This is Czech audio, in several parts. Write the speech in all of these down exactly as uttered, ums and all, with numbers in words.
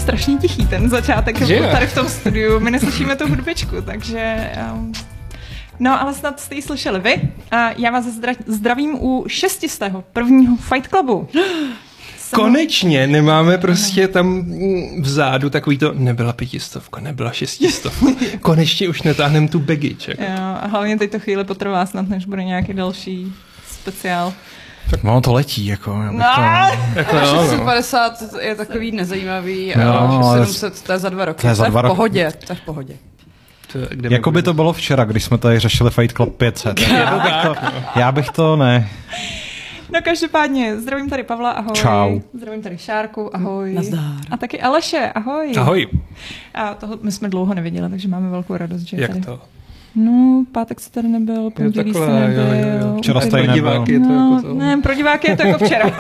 strašně tichý ten začátek tady v tom studiu. My neslyšíme tu hudbičku, takže... Um, no, ale snad jste ji slyšeli vy. A já vás zdra- zdravím u šestistého prvního Fight Clubu. Konečně nemáme prostě tam vzadu takový to, nebyla pětistovka, nebyla šestistovka. Konečně už netáhneme tu baggage. Jako. Jo, a hlavně teď to chvíli potrvá snad, než bude nějaký další speciál. Tak ono to letí, jako. No, to... jako šest set padesát je takový nezajímavý a no, sedm set to je za dva roky. To je, za dva to je v roky. pohodě, to je v pohodě. To, jako by to bylo včera, když jsme tady řešili Fight Club pět set. já, bych to, já bych to ne... No každopádně, zdravím tady Pavla, ahoj. Čau. Zdravím tady Šárku, ahoj. Nazdar. A taky Aleše, ahoj. Ahoj. A toho my jsme dlouho neviděli, takže máme velkou radost, že Jak tady. to? No, pátek se tady nebyl, pondělí se nebyl. Jo, jo, jo. Včera pro tady nebyl. diváky je to no, jako to. Ne, pro diváky je to jako včera.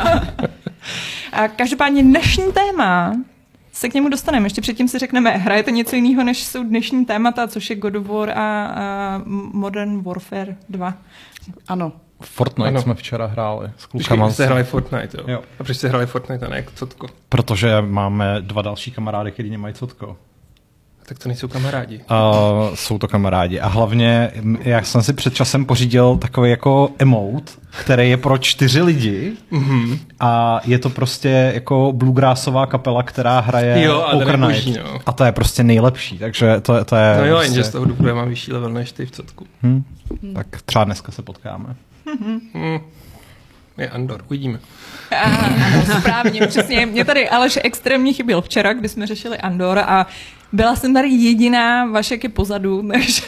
A každopádně dnešní téma, se k němu dostaneme. Ještě předtím si řekneme, hrajete něco jiného, než jsou dnešní témata, což je God of War a, a Modern Warfare dva. Ano. Fortnite ano. jsme včera hráli s Počkej, klukama. jste hráli Fortnite, jo? jo. A proč jste hráli Fortnite a ne cotko? Protože máme dva další kamarády, kteří nemají cotko. Tak to nejsou kamarádi. Uh, jsou to kamarádi. A hlavně, já jsem si před časem pořídil takový jako emote, který je pro čtyři lidi Mm-hmm. a je to prostě jako bluegrassová kapela, která hraje Jo, a Poker Night. boží, no. A to je prostě nejlepší, takže to, to je... No jo, prostě... jenže z toho důvodu mám vyšší level než ty v cotku. Hm? Hmm. Tak třeba dneska se potkáme. Hmm. Je Andor, uvidíme. Aha, ano, správně, přesně. Mě tady Aleš extrémně chyběl včera, kdy jsme řešili Andor a byla jsem tady jediná, Vašek je pozadu, takže...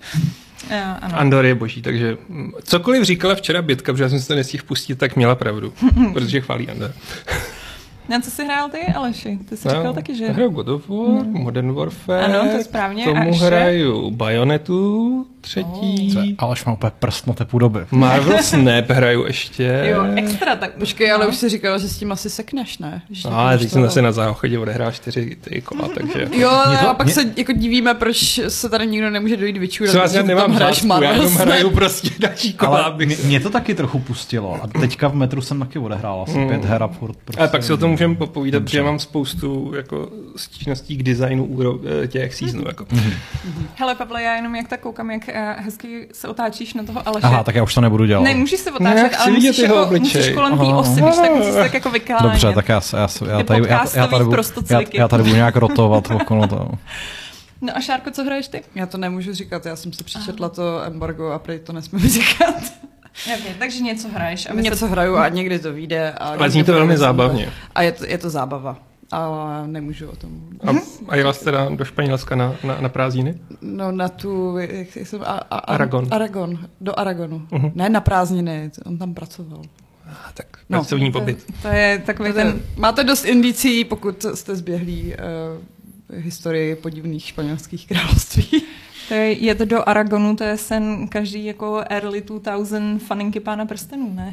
Ano. Andor je boží, takže cokoliv říkala včera Bětka, protože já jsem se to nestihl pustit, tak měla pravdu, protože chválí Andor. Na co jsi hrál ty, Aleši? Ty jsi no, říkal taky, že... Hraju God of War, no. Modern Warfare, ano, to je správně. tomu a ještě... hraju Bayonetu, třetí. Oh. Aleš má úplně prst na tepu doby. Marvel Snap hraju ještě. Jo, extra tak. Počkej, ale už jsi říkala, že s tím asi sekneš, ne? No, ale teď jsem zase na záchodě odehrál čtyři ty kola, takže... Jo, to, a pak mě... se jako divíme, proč se tady nikdo nemůže dojít vyčůrat. Co vlastně nemám hráčku, já jenom hraju prostě další kola. Ale mě, mě to taky trochu pustilo. A teďka v metru jsem taky odehrál asi mm. pět her a furt prostě... Ale pak si o tom můžeme popovídat, protože mám spoustu jako stížností k designu úro, těch seasonů. Jako. Mm-hmm. Hele, Pavle, já jenom jak tak koukám, jak hezky se otáčíš na toho Aleše. Aha, tak já už to nebudu dělat. Ne, můžeš se otáčet, ne, ale musíš, jako, musíš kolem té osy, víš, tak musíš tak jako vyklánět. Dobře, tak já, já, já, tady, já, já, tady, budu, já, já tady budu nějak rotovat okolo toho. No a Šárko, co hraješ ty? Já to nemůžu říkat, já jsem si přečetla to embargo a prej to nesmím říkat. Okay, takže něco hraješ. A něco se... hraju a někdy to vyjde. A ale zní to velmi zábavně. A je to, je to zábava. Ale nemůžu o tom. A, a jela jste teda do Španělska na, na, na prázdniny? No na tu, jak jsem, a, a, Aragon. Aragon, do Aragonu. Uh-huh. Ne na prázdniny, on tam pracoval. Ah, tak pracovní no, pobyt. To, to je takový ten... ten... Máte dost indicí, pokud jste zběhlí uh, historii podivných španělských království. To je jet do Aragonu, to je sen každý jako early two thousand faninky Pána prstenů, ne?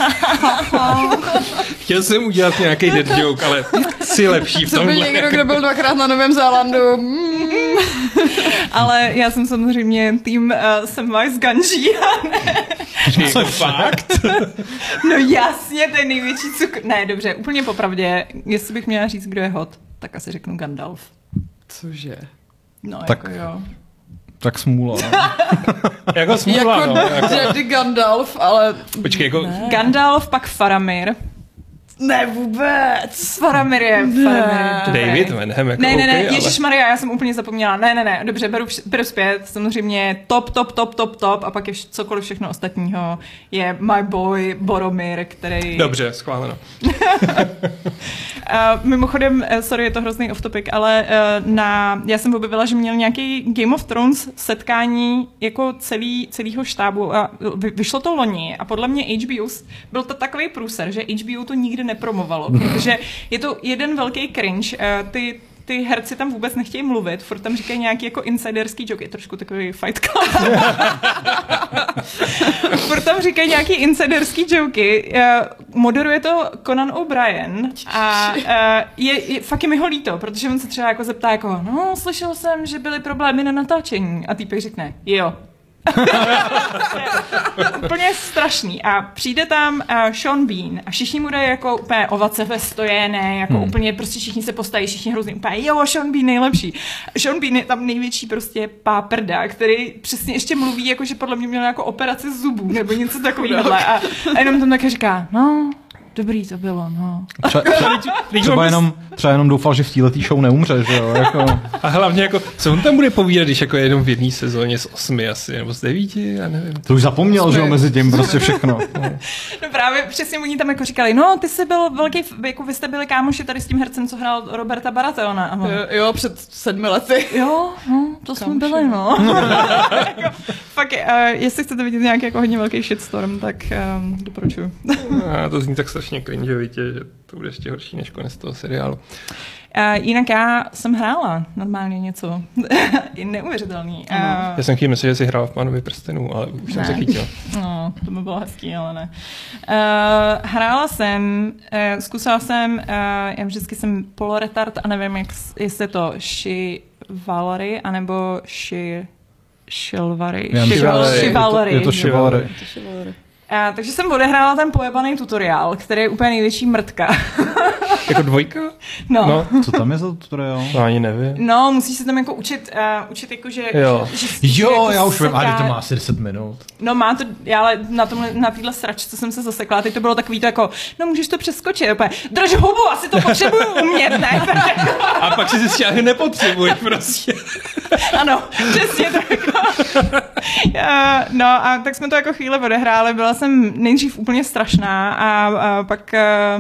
Chtěl jsem udělat nějaký dead joke, ale jsi lepší v co tomhle. Co by někdo, kdo byl dvakrát na Novém Zélandu. Mm. Ale já jsem samozřejmě tým uh, Samwise Gamgee, ne? Co fakt? No jasně, to je největší cukr. Ne, dobře, úplně popravdě, jestli bych měla říct, kdo je hot, tak asi řeknu Gandalf. Cože? No, tak... jako jo. Tak smůla. jako smůla, jako, no. Jako... Jako Gandalf, ale... Počkej, jako... Ne. Gandalf, pak Faramir. Ne, vůbec. Faramir je... Ne. David Wenham, jako Ne, ne, ne, okay, ježišmarja, já jsem úplně zapomněla. Ne, ne, ne, dobře, beru, beru zpět. Samozřejmě top, top, top, top, top a pak je cokoliv všechno ostatního je my boy Boromir, který... Dobře, schváleno. Uh, mimochodem, sorry, je to hrozný off-topic, ale uh, na, já jsem objevila, že měl nějaký Game of Thrones setkání jako celý, celýho štábu a vy, vyšlo to loni a podle mě H B O byl to takový průser, že H B O to nikdy nepromovalo, protože je to jeden velký cringe. Uh, ty ty herci tam vůbec nechtějí mluvit, furt tam říkají nějaký jako insiderský joke, je trošku takový Fight Club. Furt tam říkají nějaký insiderský joky, uh, moderuje to Conan O'Brien a uh, je, je, fakt je mi ho líto, protože on se třeba jako zeptá jako, no, slyšel jsem, že byly problémy na natáčení a týpek řekne, jo. Úplně strašný. A přijde tam uh, Sean Bean a všichni mu dají jako úplně ovace ve stojené, jako hmm. úplně prostě všichni se postaví, všichni hrozně úplně, jo, Sean Bean nejlepší. Sean Bean je tam největší prostě páprda, který přesně ještě mluví, jako že podle mě měl jako operaci zubů nebo něco takového. A, a jenom tam také říká, no, dobrý to bylo, no. Tře- tře- třeba, jenom, třeba jenom doufal, že v této show neumře, že jo? Jako... A hlavně, jako, co on tam bude povídat, když jako jenom v jedné sezóně z osmi asi, nebo z devíti, já nevím. To už zapomněl, že jo, mezi tím prostě všechno. No právě přesně oni tam jako říkali, no, ty jsi byl velký, jako vy jste byli kámoši tady s tím hercem, co hrál Roberta Baratheona. Aha. Jo, jo, před sedmi lety. Jo, no, to jsme byli, no. jako, fakt, uh, jestli chcete vidět nějaký jako hodně velký shitstorm, tak um, doporučuji. A to zní tak strašně cringeovitě, že to bude ještě horší než konec toho seriálu. Uh, jinak já jsem hrála normálně něco. Je neuvěřitelný. Uh, já jsem chtěl myslet, že jsi hrála v Pánovi prstenů, ale už ne. jsem se chytil. No, to by bylo hezký, ale ne. Uh, hrála jsem, uh, zkusila jsem, uh, já vždycky jsem poloretard a nevím, jak, jestli je to Chivalry, anebo Chi... Chivalry. Chivalry. Je to Chivalry. Uh, takže jsem odehrála ten pojebaný tutoriál, který je úplně největší mrtka. Jako dvojka? No. no. Co tam je za tutoriál? No, ani nevím. No, musíš se tam jako učit, uh, učit jako, že... Jo, že, že, jo jako já už vím, seká... ale to má asi deset minut. No má to, já ale na tomhle, na téhle sračce jsem se zasekla, teď to bylo takový to jako, no můžeš to přeskočit, opět, drž hubu, asi to potřebuju umět, ne? A pak si zjistila, že nepotřebuješ prostě. Ano, přesně tak. No a tak jsme to jako chvíli odehráli, byla jsem nejdřív úplně strašná a, a pak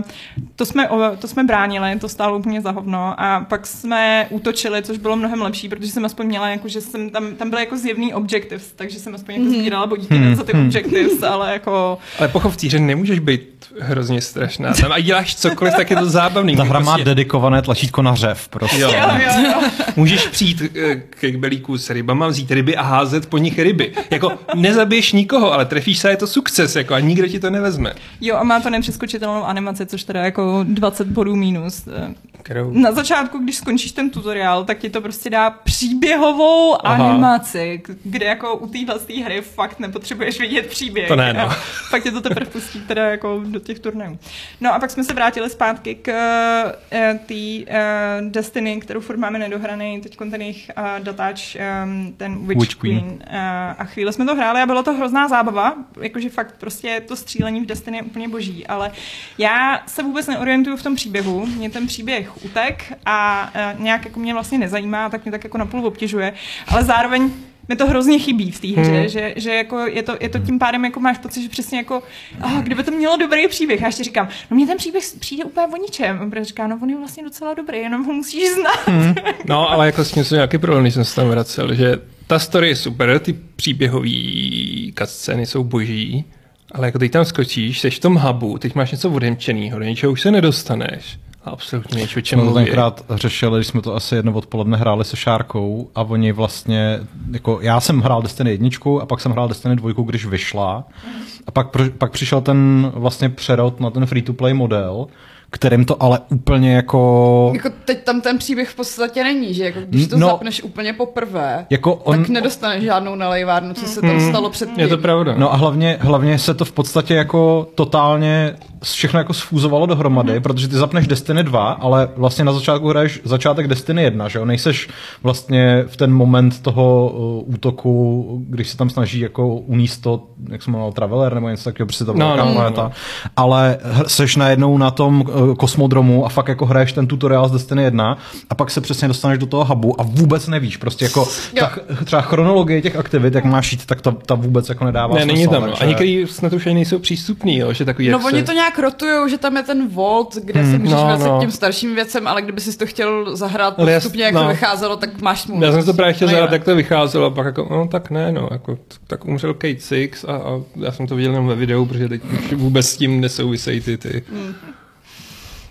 to jsme, to jsme bránili, to stálo úplně za hovno a pak jsme útočili, což bylo mnohem lepší, protože jsem aspoň měla, jako, že jsem tam, tam byly jako zjevný objectives, takže jsem aspoň jako sbírala bodíky hmm. za ty objectives, ale jako... Ale po chovcíře nemůžeš být hrozně strašná. Tam a děláš cokoliv, tak je to zábavný. Ta hra má prostě... dedikované tlačítko na řev, prostě. Jo. Jo, jo, jo. Můžeš přijít k belíku s rybama, vzít ryby a házet po nich ryby. Jako nezabiješ nikoho, ale trefíš se, je to sukces, jako a nikdo ti to nevezme. Jo, a má to nepřeskočitelnou animaci, což teda jako dvacet bodů mínus. Kterou? Na začátku, když skončíš ten tutoriál, tak ti to prostě dá příběhovou Aha. animaci, kde jako u téhle hry fakt nepotřebuješ vidět příběh. To ne, no. Fakt tě to teprve pustí teda jako do těch turnajů. No a pak jsme se vrátili zpátky k uh, té uh, Destiny, kterou furt máme nedohraný, teď ten jejich uh, datáč, um, ten Witch, Witch Queen. Queen. Uh, a chvíli jsme to hráli a bylo to hrozná zábava, jakože fakt prostě to střílení v Destiny je úplně boží, ale já se vůbec neorientuju v tom příběhu, mě ten příběh utek a uh, nějak jako mě vlastně nezajímá, tak mě tak jako napůl obtěžuje, ale zároveň mi to hrozně chybí v té hře, hmm. že, že jako je, to, je to tím pádem, jako máš pocit, že přesně jako, oh, kdyby to mělo dobrý příběh. A ještě říkám, no mně ten příběh přijde úplně o ničem. A Brad říká, no on je vlastně docela dobrý, jenom ho musíš znát. Hmm. No, ale jako s tím jsou nějaký problém, když jsem se tam vracel, že ta story je super, ty příběhové cutscény jsou boží, ale jako teď tam skočíš, jsi v tom hubu, teď máš něco odemčenýho, do něčeho už se nedostaneš. Absolutně něčo, čem jsme to tenkrát řešili, když jsme to asi jedno odpoledne hráli se Šárkou a oni vlastně, jako já jsem hrál Destiny jedničku a pak jsem hrál Destiny dvojku, když vyšla a pak, pak přišel ten vlastně přerod na ten free-to-play model, kterým to ale úplně jako... Jako teď tam ten příběh v podstatě není, že jako když to no, zapneš úplně poprvé, jako on... tak nedostaneš žádnou nalejvárnu, co se tam mm, stalo předtím. Je to pravda. No a hlavně, hlavně se to v podstatě jako totálně všechno jako sfúzovalo dohromady, mm. protože ty zapneš Destiny dva, ale vlastně na začátku hraješ začátek Destiny jedna, že jo? Nejseš vlastně v ten moment toho uh, útoku, když se tam snaží jako uníst to, jak se jmenoval, Traveler nebo něco takového, prostě to byla no, no, no. ale seš najednou na tom uh, kosmodromu a fakt jako hraješ ten tutoriál z Destiny jedna a pak se přesně dostaneš do toho hubu a vůbec nevíš, prostě jako ta, třeba chronologie těch aktivit, jak máš jít, tak ta, ta vůbec jako nedává ne, smysl. Není tam, takže... ani který snad už ani nejsou přístupný, jo, že takový, no jak oni se... to nějak rotujou, že tam je ten Vault, kde hmm, se můžeš no, vracet no. k těm starším věcem, ale kdyby jsi to chtěl zahrát postupně, jak no. to vycházelo, tak máš smůlu. Já jsem to právě chtěl zahrát, jak to vycházelo, a pak jako, no tak ne, no, jako, tak umřel Kate Six a, a já jsem to viděl jenom ve videu, protože teď vůbec s tím nesouvisejí ty ty. Hmm.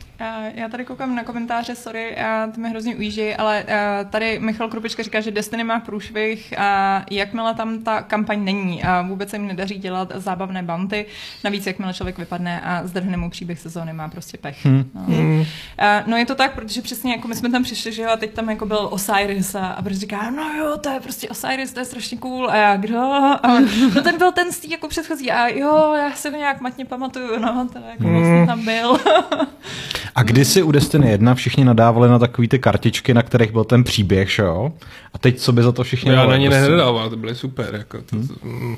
já tady koukám na komentáře, sorry, a to mi hrozně ujíždí, ale uh, tady Michal Krupička říká, že Destiny má průšvih a jakmile tam ta kampaň není a vůbec se jim nedaří dělat zábavné bounty, navíc jakmile člověk vypadne a zdrhne mu příběh sezóny, má prostě pech. Hmm. No. Hmm. Uh, no je to tak, protože přesně jako my jsme tam přišli, že jo, a teď tam jako byl Osiris a, a prostě říká, no jo, to je prostě Osiris, to je strašně cool a já kdo? A no ten byl ten z tý jako předchozí a jo, já se to nějak matně pamatuju, no, to jako hmm. vlastně tam byl. A kdysi u Destiny jedna všichni nadávali na takový ty kartičky, na kterých byl ten příběh, že jo? A teď co by za to všichni... Já na ně nenadával, to byly super. Jako to, hmm. to,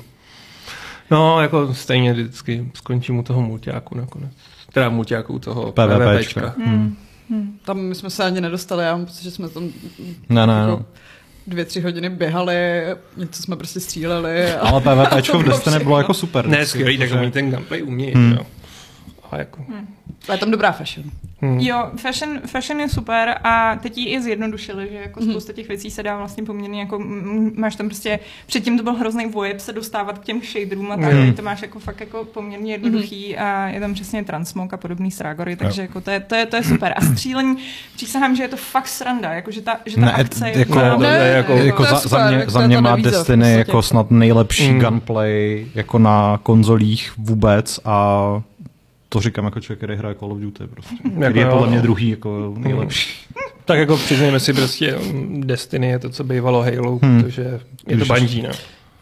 no, jako stejně vždycky skončím u toho mulťáku nakonec. Teda mulťáku u toho PvPčka. Hmm. Hmm. Tam my jsme se ani nedostali, já mám pocit, že jsme tam... Ne, ne, jako no. dvě, tři hodiny běhali, něco jsme prostě stříleli. A... Ale PvPčko v Destiny bylo jako super. Ne, skvělý, tak oni ten gameplay umějí, hmm. jo. A jako... Hmm. A je tam dobrá fashion. Hmm. Jo, fashion, fashion je super a teď ji i zjednodušili, že jako spousta těch věcí se dá vlastně poměrně jako, m- máš tam prostě, předtím to byl hrozný vojeb se dostávat k těm shaderům a tak, hmm. to máš jako fakt jako poměrně jednoduchý hmm. a je tam přesně transmog a podobný srágory, takže jako to je, to je, to je super. A střílení, přísahám, že je to fakt sranda, jako že ta, že ta ne, akce je... Jako, no, ne, jako, jako za, super, za mě, jako za mě má víza, Destiny jako snad nejlepší hmm. gunplay jako na konzolích vůbec a to říkám jako člověk, který hraje Call of Duty prostě. Jako je podle mě druhý jako nejlepší. Tak jako přiznejme si prostě, Destiny je to, co bývalo Halo, hmm. protože je to Bungie, ne?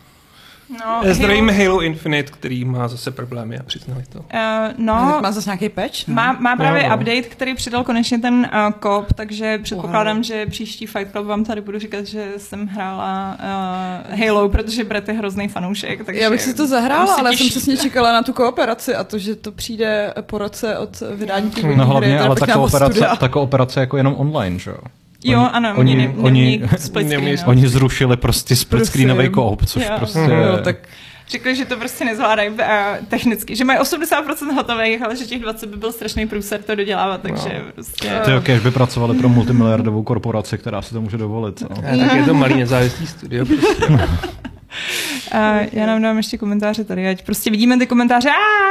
No, zdravíme Halo... Halo Infinite, který má zase problémy a přiznali to. Uh, no, má zase nějaký patch? Má, má právě no, no. update, který přidal konečně ten uh, co-op, takže předpokládám, wow. že příští Fight Club vám tady budu říkat, že jsem hrála uh, Halo, protože Brett je hrozný fanoušek. Takže já bych si to zahrála, ale těší. Jsem přesně čekala na tu kooperaci a to, že to přijde po roce od vydání těch hmm. No hlavně, ale ta kooperace, ta kooperace jako jenom online, že jo? Jo, oni, ano, oni, ne, oni, split screen, oni, oni zrušili prostě split screenový co-op, což jo. prostě... No, tak řekli, že to prostě nezvládají uh, technicky, že mají osmdesát procent hotových, ale že těch dvacet by byl strašný průser to dodělávat, takže no. prostě... Ty okéž by pracovali pro multimiliardovou korporaci, která si to může dovolit. No. Ne, tak je to malý nezávislý studio. Prostě. uh, já nám dám ještě komentáře tady, ať prostě vidíme ty komentáře.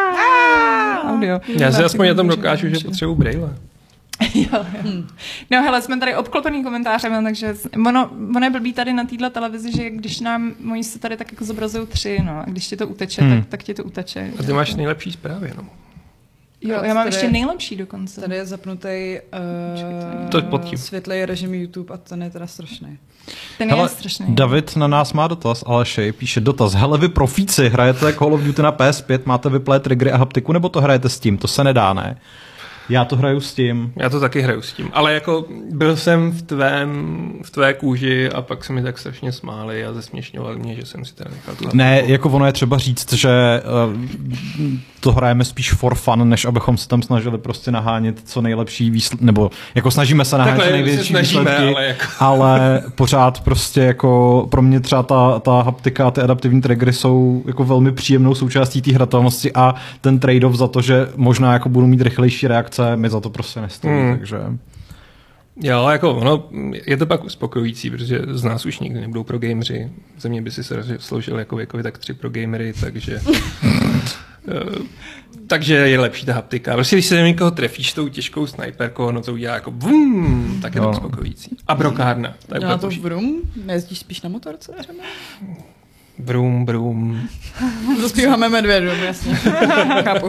Audio. Já si aspoň na tom dokážu, že potřebuji brejle. jo, jo. Hmm. No hele, jsme tady obklopený komentářem, takže ono, ono je blbý tady na této televizi, že když nám, oni se tady tak jako zobrazují tři, no, a když ti to uteče, hmm. tak, tak ti to uteče. A ty máš nejlepší zprávy, no. Jo, já mám ještě nejlepší dokonce. Tady je zapnutý uh, to pod tím. Světlej režim YouTube a ten je teda strašný. Ten Hele, je strašný. David na nás má dotaz, Alešej píše dotaz. Hele, vy profíci, hrajete Call of Duty na P S pět, máte vyplé triggery a haptiku, nebo to hrajete s tím? To se nedá, ne? Já to hraju s tím. Já to taky hraju s tím. Ale jako byl jsem v, tvém, v tvé kůži a pak se mi tak strašně smáli a zesměšňovali mě, že jsem si teda nechal tu Ne, haptiku. Jako ono je třeba říct, že uh, to hrajeme spíš for fun, než abychom se tam snažili prostě nahánět co nejlepší výsledky, nebo jako snažíme se nahánět co největší snažíme, výsledky, ale, jako... ale pořád prostě jako pro mě třeba ta, ta haptika a ty adaptivní triggery jsou jako velmi příjemnou součástí té hratelnosti a ten trade-off za to, že možná jako budu mít rychlejší reakce, mi za to prostě nestojí, hmm. takže... Jo, jako ono, je to pak uspokojující, protože z nás už nikdy nebudou pro gameři. Ze mě by si se sloužil jako věkovi tak tři pro gamery, takže... takže je lepší ta haptika. Prostě když se někoho trefíš tou těžkou snajperkou, no to udělá jako vum, tak je to uspokojující. A brokárna. Tak no to vrum? Nejezdíš spíš na motorce třeba? Brum, brum. Zaspíváme medvědům, jasně. Chápu.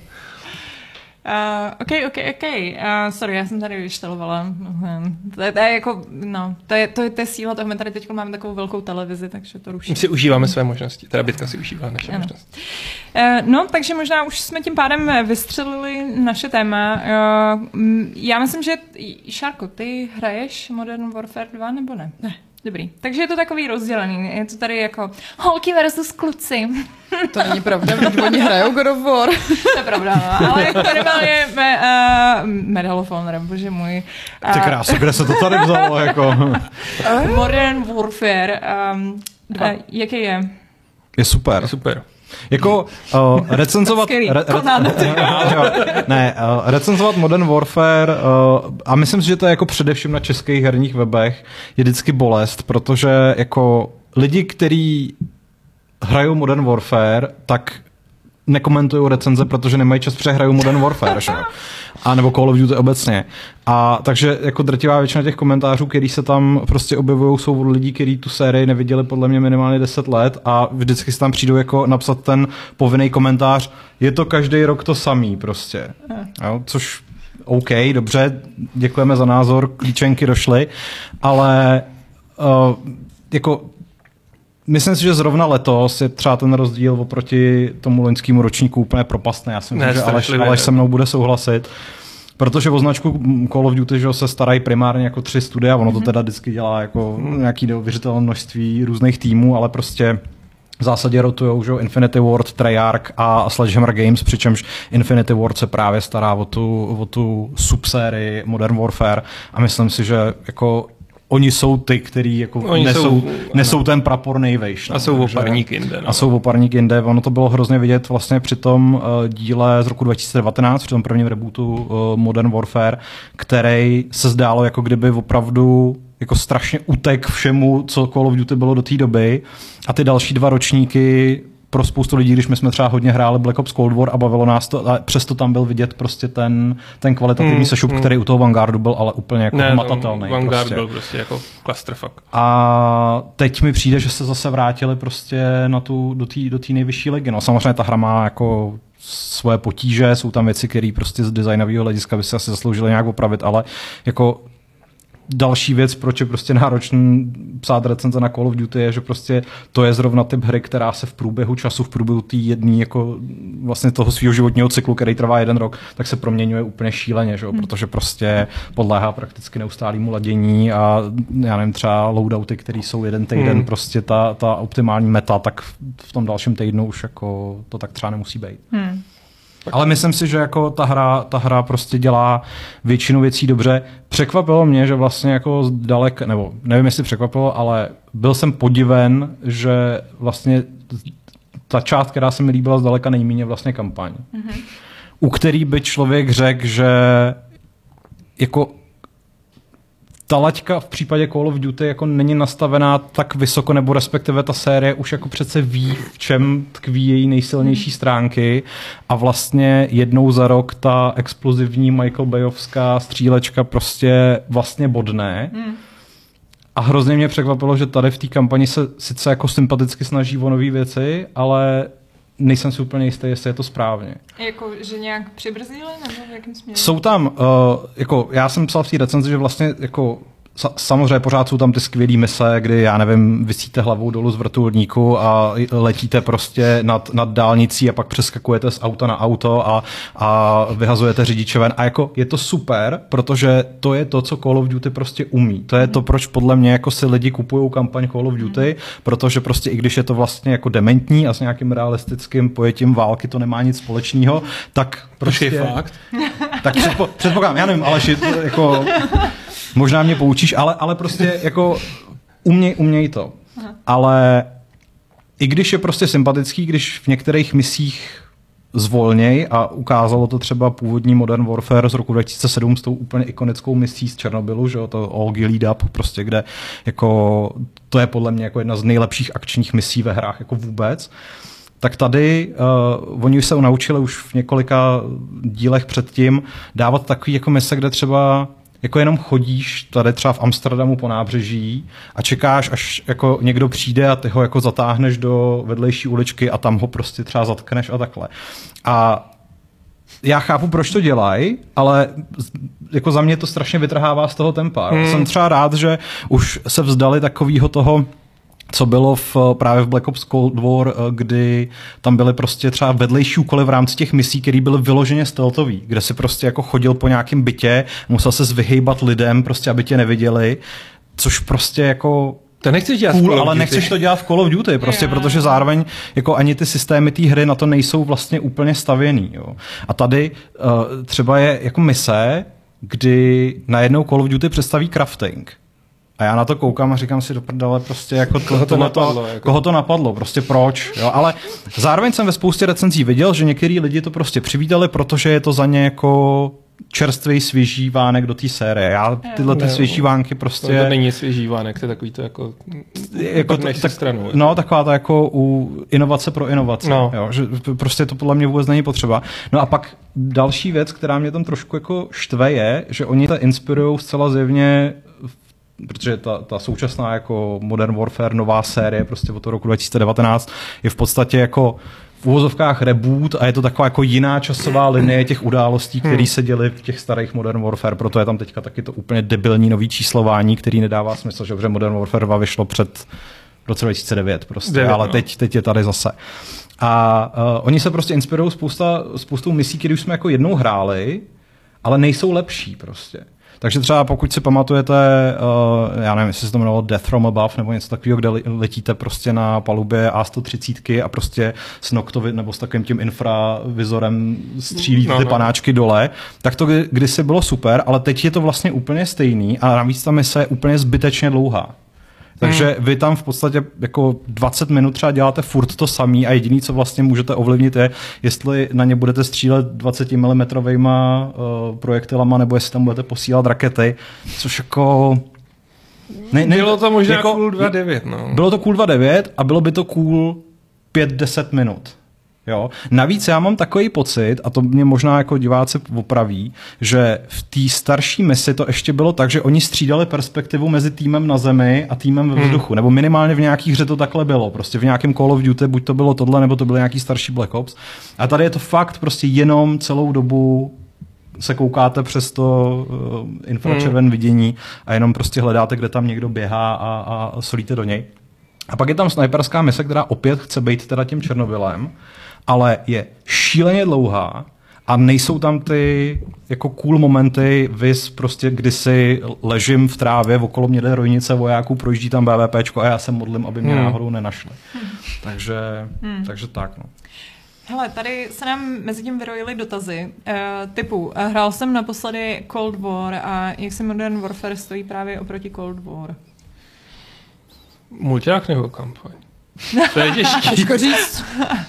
Uh, ok, ok, ok. Uh, sorry, já jsem tady vyštalovala. To je, to je jako, no, to je, to je, to je síla toho. My tady teď máme takovou velkou televizi, takže to ruší. My si užíváme své možnosti. Teda Bitka si užívá naše ano. možnosti. Uh, no, takže možná už jsme tím pádem vystřelili naše téma. Uh, já myslím, že Šárko, ty hraješ Modern Warfare dva nebo ne? Ne. Dobrý. Takže je to takový rozdělený. Je to tady jako holky versus kluci. To není pravda, když oni hrajou God of War. To je pravda, no. Ale jako normálně me, uh, Medal of Honor, bože můj. Uh, Ty krása, kde se to tady vzalo? Jako? Modern Warfare. Um, uh, jaký je? Je super. Je super. Jako uh, recenzovat re, re, re, ne, uh, recenzovat Modern Warfare uh, a myslím si, že to je jako především na českých herních webech je vždycky bolest, protože jako lidi, kteří hrajou Modern Warfare, tak nekomentují recenze, protože nemají čas, přehrajou Modern Warfare, že? A nebo Call of Duty obecně. A takže jako drtivá většina těch komentářů, který se tam prostě objevují, jsou od lidí, kteří tu sérii neviděli podle mě minimálně deset let a vždycky si tam přijdou jako napsat ten povinný komentář, je to každý rok to samý prostě. Jo, což OK, dobře, děkujeme za názor, klíčenky došly, ale uh, jako myslím si, že zrovna letos je třeba ten rozdíl oproti tomu loňskému ročníku úplně propastný. Já si myslím, ne, že Aleš, Aleš se mnou bude souhlasit. Protože o značku Call of Duty že se starají primárně jako tři studia, ono to teda vždycky dělá jako nějaký neuvěřitelné množství různých týmů, ale prostě v zásadě rotujou, že Infinity Ward, Treyarch a Sledgehammer Games, přičemž Infinity Ward se právě stará o tu, o tu subsérii Modern Warfare a myslím si, že jako oni jsou ty, kteří jako nesou, jsou, nesou ten prapor nejvejš. A jsou oparník jinde. No. A jsou oparník jinde. Ono to bylo hrozně vidět vlastně při tom uh, díle z roku dva tisíce devatenáct, při tom prvním rebootu uh, Modern Warfare, který se zdálo, jako kdyby opravdu jako strašně utek všemu, co Call of Duty bylo do té doby. A ty další dva ročníky pro spoustu lidí, když my jsme třeba hodně hráli Black Ops Cold War a bavilo nás to, a přesto tam byl vidět prostě ten, ten kvalitativní mm, sešup, mm. který u toho Vanguardu byl ale úplně jako hmatatelný. Vanguard prostě. byl prostě jako clusterfuck. A teď mi přijde, že se zase vrátili prostě na tu, do té do té nejvyšší ligy. No samozřejmě ta hra má jako svoje potíže, jsou tam věci, které prostě z designového hlediska by se asi zasloužily nějak opravit, ale jako další věc, proč je prostě náročný psát recenze na Call of Duty, je, že prostě to je zrovna typ hry, která se v průběhu času, v průběhu té jedné jako vlastně toho svého životního cyklu, který trvá jeden rok, tak se proměňuje úplně šíleně, že? Hmm. Protože prostě podléhá prakticky neustálému ladění a já nevím, třeba loadouty, které jsou jeden týden, hmm. prostě ta, ta optimální meta, tak v tom dalším týdnu už jako to tak třeba nemusí být. Hmm. Ale myslím si, že jako ta hra, ta hra prostě dělá většinu věcí dobře. Překvapilo mě, že vlastně jako zdaleka, nebo nevím, jestli překvapilo, ale byl jsem podiven, že vlastně ta část, která se mi líbila zdaleka nejméně, vlastně kampaň. Mm-hmm. U který by člověk řekl, že jako ta laťka v případě Call of Duty jako není nastavená tak vysoko, nebo respektive ta série už jako přece ví, v čem tkví její nejsilnější stránky a vlastně jednou za rok ta explozivní Michael Bayovská střílečka prostě vlastně bodne. Hmm. A hrozně mě překvapilo, že tady v té kampani se sice jako sympaticky snaží o nové věci, ale nejsem si úplně jistý, jestli je to správně. Jako, že nějak přibrzdili, nebo v jakém směru? Jsou tam, uh, jako já jsem psal v té recenzi, že vlastně jako samozřejmě pořád jsou tam ty skvělý mise, kdy, já nevím, visíte hlavou dolů z vrtulníku a letíte prostě nad, nad dálnicí a pak přeskakujete z auta na auto a, a vyhazujete řidiče ven. A jako je to super, protože to je to, co Call of Duty prostě umí. To je to, proč podle mě jako si lidi kupují kampaň Call of Duty, protože prostě i když je to vlastně jako dementní a s nějakým realistickým pojetím války to nemá nic společného, tak prostě... To je fakt. Tak předpo, předpokládám, já nevím, ale jako... Možná mě poučíš, ale, ale prostě jako uměj, uměj to. Aha. Ale i když je prostě sympatický, když v některých misích zvolněj a ukázalo to třeba původní Modern Warfare z roku dva tisíce sedm s tou úplně ikonickou misí z Černobylu, že jo, to All Gilead Up, prostě kde jako to je podle mě jako jedna z nejlepších akčních misí ve hrách jako vůbec. Tak tady uh, oni se naučili už v několika dílech předtím dávat takový jako mise, kde třeba jako jenom chodíš tady třeba v Amsterdamu po nábřeží a čekáš, až jako někdo přijde a ty ho jako zatáhneš do vedlejší uličky a tam ho prostě třeba zatkneš a takhle. A já chápu, proč to dělají, ale jako za mě to strašně vytrhává z toho tempa. Hmm. Jsem třeba rád, že už se vzdali takového toho, co bylo v, právě v Black Ops Cold War, kdy tam byly prostě třeba vedlejší úkoly v rámci těch misí, které byly vyloženě stealthový, kde si prostě jako chodil po nějakém bytě, musel se vyhejbat lidem, prostě aby tě neviděli, což prostě jako to nechceš dělat cool, ale nechceš to dělat v Call of Duty, prostě, yeah. Protože zároveň jako ani ty systémy té hry na to nejsou vlastně úplně stavěný. Jo. A tady uh, třeba je jako mise, kdy najednou Call of Duty představí crafting. A já na to koukám a říkám si do prdele prostě jako koho to napadlo, jako. koho to napadlo, prostě proč, jo, ale zároveň jsem ve spoustě recenzí viděl, že některý lidi to prostě přivítali, protože je to za ně jako čerstvý svěží vánek do té série. Já tyhle ty svěží vánky prostě... To, to není svěží vánek, to je takový to jako... jako to, tak, stranu, no, taková to jako u inovace pro inovace. No. Jo, že prostě to podle mě vůbec není potřeba. No a pak další věc, která mě tam trošku jako štve je, že oni to inspirujou zcela zjevně, protože ta, ta současná jako Modern Warfare nová série prostě od toho roku dva tisíce devatenáct je v podstatě jako v uvozovkách reboot a je to taková jako jiná časová linie těch událostí, které se děly v těch starých Modern Warfare, proto je tam teďka taky to úplně debilní nový číslování, který nedává smysl, že Modern Warfare dva vyšlo před roce dva tisíce devět prostě, devět, ale no. teď, teď je tady zase. A uh, oni se prostě inspirují spousta, spoustou misí, které už jsme jako jednou hráli, ale nejsou lepší prostě. Takže třeba pokud si pamatujete, uh, já nevím, jestli se to jmenovalo Death from Above nebo něco takového, kde letíte prostě na palubě A sto třicet a prostě s noktovy nebo s takovým tím infravizorem střílíte no, ty no. panáčky dole, tak to kdysi bylo super, ale teď je to vlastně úplně stejný a navíc ta mise je úplně zbytečně dlouhá. Takže hmm. vy tam v podstatě jako dvacet minut třeba děláte furt to samý a jediný, co vlastně můžete ovlivnit je, jestli na ně budete střílet dvacetimilometrovejma uh, projektilama nebo jestli tam budete posílat rakety, což jako... Ne, ne, bylo to možná jako, cool dva devět, no. Bylo to cool dva devět a bylo by to cool pět deset minut. Jo. Navíc já mám takový pocit, a to mě možná jako diváci opraví, že v té starší misi to ještě bylo tak, že oni střídali perspektivu mezi týmem na zemi a týmem ve vzduchu. Hmm. Nebo minimálně v nějaký hře to takhle bylo. Prostě v nějakém Call of Duty buď to bylo tohle, nebo to byl nějaký starší Black Ops. A tady je to fakt prostě jenom celou dobu se koukáte přes to uh, infračerven hmm. vidění a jenom prostě hledáte, kde tam někdo běhá a, a solíte do něj. A pak je tam snajperská mise, která opět chce být teda tím Černobylem, ale je šíleně dlouhá a nejsou tam ty jako cool momenty, vys prostě kdysi ležím v trávě, okolo mě jde rojnice vojáků, projíždí tam BVPčko a já se modlím, aby mě hmm. náhodou nenašli. Hmm. Takže, hmm. takže tak, no. Hele, tady se nám mezi tím vyrojily dotazy uh, typu, uh, hrál jsem naposledy Cold War a jak se Modern Warfare stojí právě oproti Cold War? Mulťák nebo kampaň? To je těžké. Těžko říct.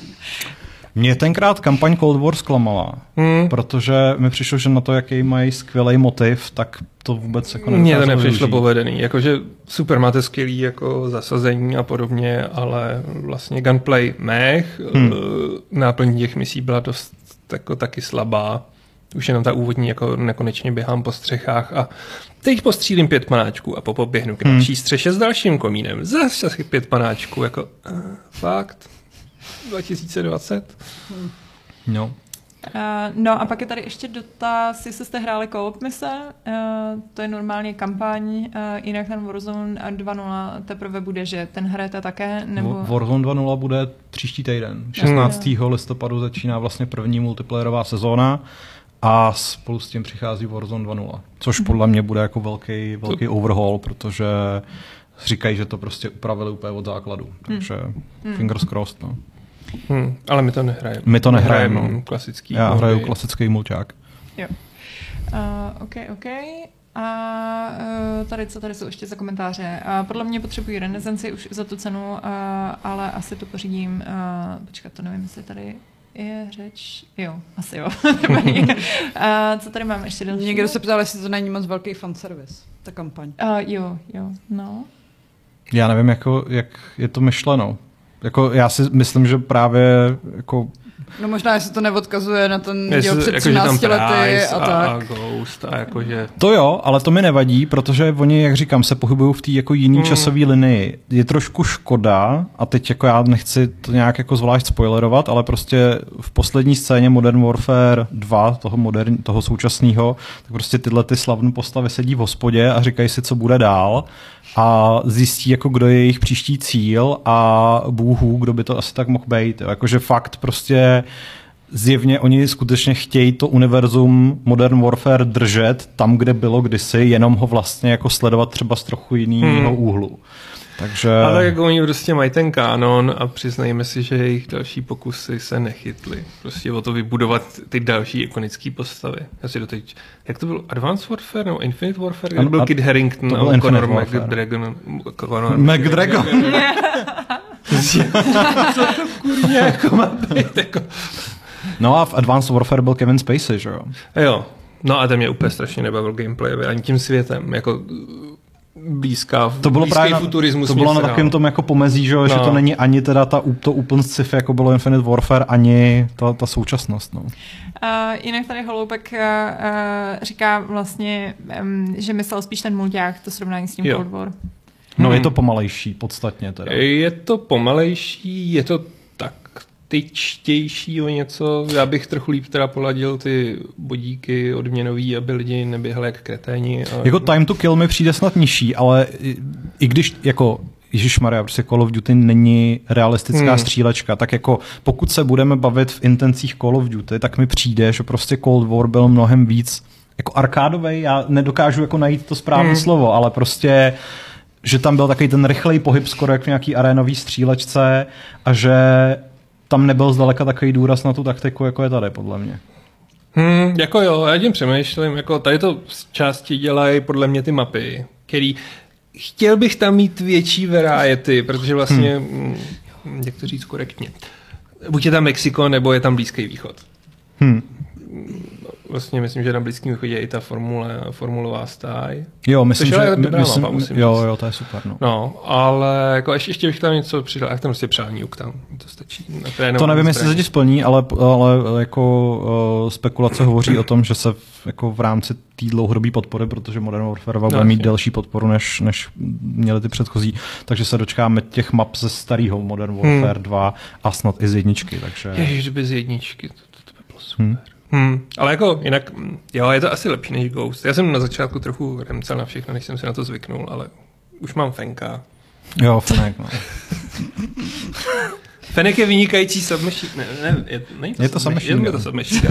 Mě tenkrát kampaň Cold War zklamala, hmm. protože mi přišlo, že na to, jaký mají skvělý motiv, tak to vůbec jako mně to nepřišlo povedený. Jakože super, máte skvělý jako zasazení a podobně, ale vlastně gunplay mech, hmm. náplň těch misí byla dost jako taky slabá. Už jenom ta úvodní, jako nekonečně běhám po střechách a teď postřílím pět panáčků a popoběhnu k další hmm. střeše s dalším komínem. Zase pět panáčků, jako uh, fakt. dva tisíce dvacet. Hmm. No. Uh, no a pak je tady ještě dotaz, jestli jste hráli co-op mise, uh, to je normálně kampaň, uh, jinak ten Warzone dva nula teprve bude, že ten hrajete také, nebo... Warzone dva nula bude příští týden. šestnáctého listopadu začíná vlastně první multiplayerová sezóna a spolu s tím přichází Warzone dva nula, což podle mě bude jako velký, velký overhaul, protože říkají, že to prostě upravili úplně od základu, takže hmm. fingers crossed, no. Hmm, ale my to nehrajeme. My to nehrajeme, no. Klasický. Já hraju klasický mulťák. Jo. Uh, OK, OK. A uh, tady, co tady jsou ještě za komentáře? Uh, podle mě potřebují renesanci už za tu cenu, uh, ale asi to pořídím. Uh, počkat, to nevím, jestli tady je řeč. Jo, asi jo. uh, co tady máme ještě další? Někdo se ptal, jestli to není moc velký fanservice, ta kampaň. Uh, jo, jo, no. Já nevím, jako, jak je to myšleno. Jako, já si myslím, že právě jako... No možná, jestli to neodkazuje na ten díl před třinácti lety a, a tak. A Ghost a jakože... To jo, ale to mi nevadí, protože oni, jak říkám, se pohybují v té jako jiný hmm. časové linii. Je trošku škoda, a teď jako já nechci to nějak jako zvlášť spoilerovat, ale prostě v poslední scéně Modern Warfare dva, toho, modern, toho současného, tak prostě tyhle ty slavné postavy sedí v hospodě a říkají si, co bude dál a zjistí, jako kdo je jejich příští cíl a bůhu, kdo by to asi tak mohl být. Jo. Jakože fakt prostě zjevně oni skutečně chtějí to univerzum Modern Warfare držet tam, kde bylo kdysi, jenom ho vlastně jako sledovat třeba z trochu jiného hmm. úhlu. Takže... Ale jako oni prostě mají ten kánon a přiznejme si, že jejich další pokusy se nechytly. Prostě o to vybudovat ty další ikonické postavy. Já si doteď, jak to bylo? Advanced Warfare nebo Infinite Warfare? Jak byl Kid Harington a Conor McGregor. McGregor. Co to kurně jako má být? Jako... No a v Advanced Warfare byl Kevin Spacey, že jo? Jo. No a to mě úplně strašně nebavil gameplay, ani tím světem, jako blízká, to bylo blízký právě futurismus. To bylo na takovém tom jako pomezí, že, no. že to není ani teda ta, to open sci-fi, jako bylo Infinite Warfare, ani ta, ta současnost. No. Uh, jinak tady Holoubek uh, uh, říká vlastně, um, že myslel spíš ten mulťák, to srovnání s tím jo. Cold War. No hmm. je to pomalejší, podstatně teda. Je to pomalejší, je to taktičtější o něco. Já bych trochu líp teda poladil ty bodíky odměnový, aby lidi neběhali jak kreténi. A... Jako time to kill mi přijde snad nižší, ale i, i když jako ježišmarja, prostě Call of Duty není realistická hmm. střílečka, tak jako pokud se budeme bavit v intencích Call of Duty, tak mi přijde, že prostě Cold War byl mnohem víc jako arkádovej, já nedokážu jako najít to správné hmm. slovo, ale prostě že tam byl takový ten rychlej pohyb skoro jak v nějaký arénový střílečce a že tam nebyl zdaleka takový důraz na tu taktiku, jako je tady, podle mě. Hmm, jako jo, já tím přemýšlím, jako tady to z části dělají podle mě ty mapy, který chtěl bych tam mít větší variety, protože vlastně, hmm. jak to říct korektně, buď je tam Mexiko, nebo je tam Blízký východ. Hmm. Vlastně myslím, že na Blízkém východě je i ta formule, formulová stáj. Jo, myslím, že je dobrá myslím, mapa, musím jo, říct. jo, to je super. No, no ale jako ještě, ještě bych tam něco přidal, jak tam prostě přání uk tam, to stačí. To, to nevím, jestli se ti splní, ale, ale jako uh, spekulace hovoří o tom, že se v, jako v rámci té dlouhodobé podpory, protože Modern Warfare bude no, mít delší podporu, než, než měly ty předchozí, takže se dočkáme těch map ze starého Modern Warfare hmm. dva a snad i z jedničky. Takže... Ježiš, by z jedničky, to, to, to by bylo super. Hmm. Hmm, ale jako jinak, jo, je to asi lepší než Ghost. Já jsem na začátku trochu remcel na všechno, než jsem se na to zvyknul, ale už mám Fenka. Jo, Fenek, no. Fenek je vynikající submachine. Ne, ne, je, není to, je to submachine. Je to submachine.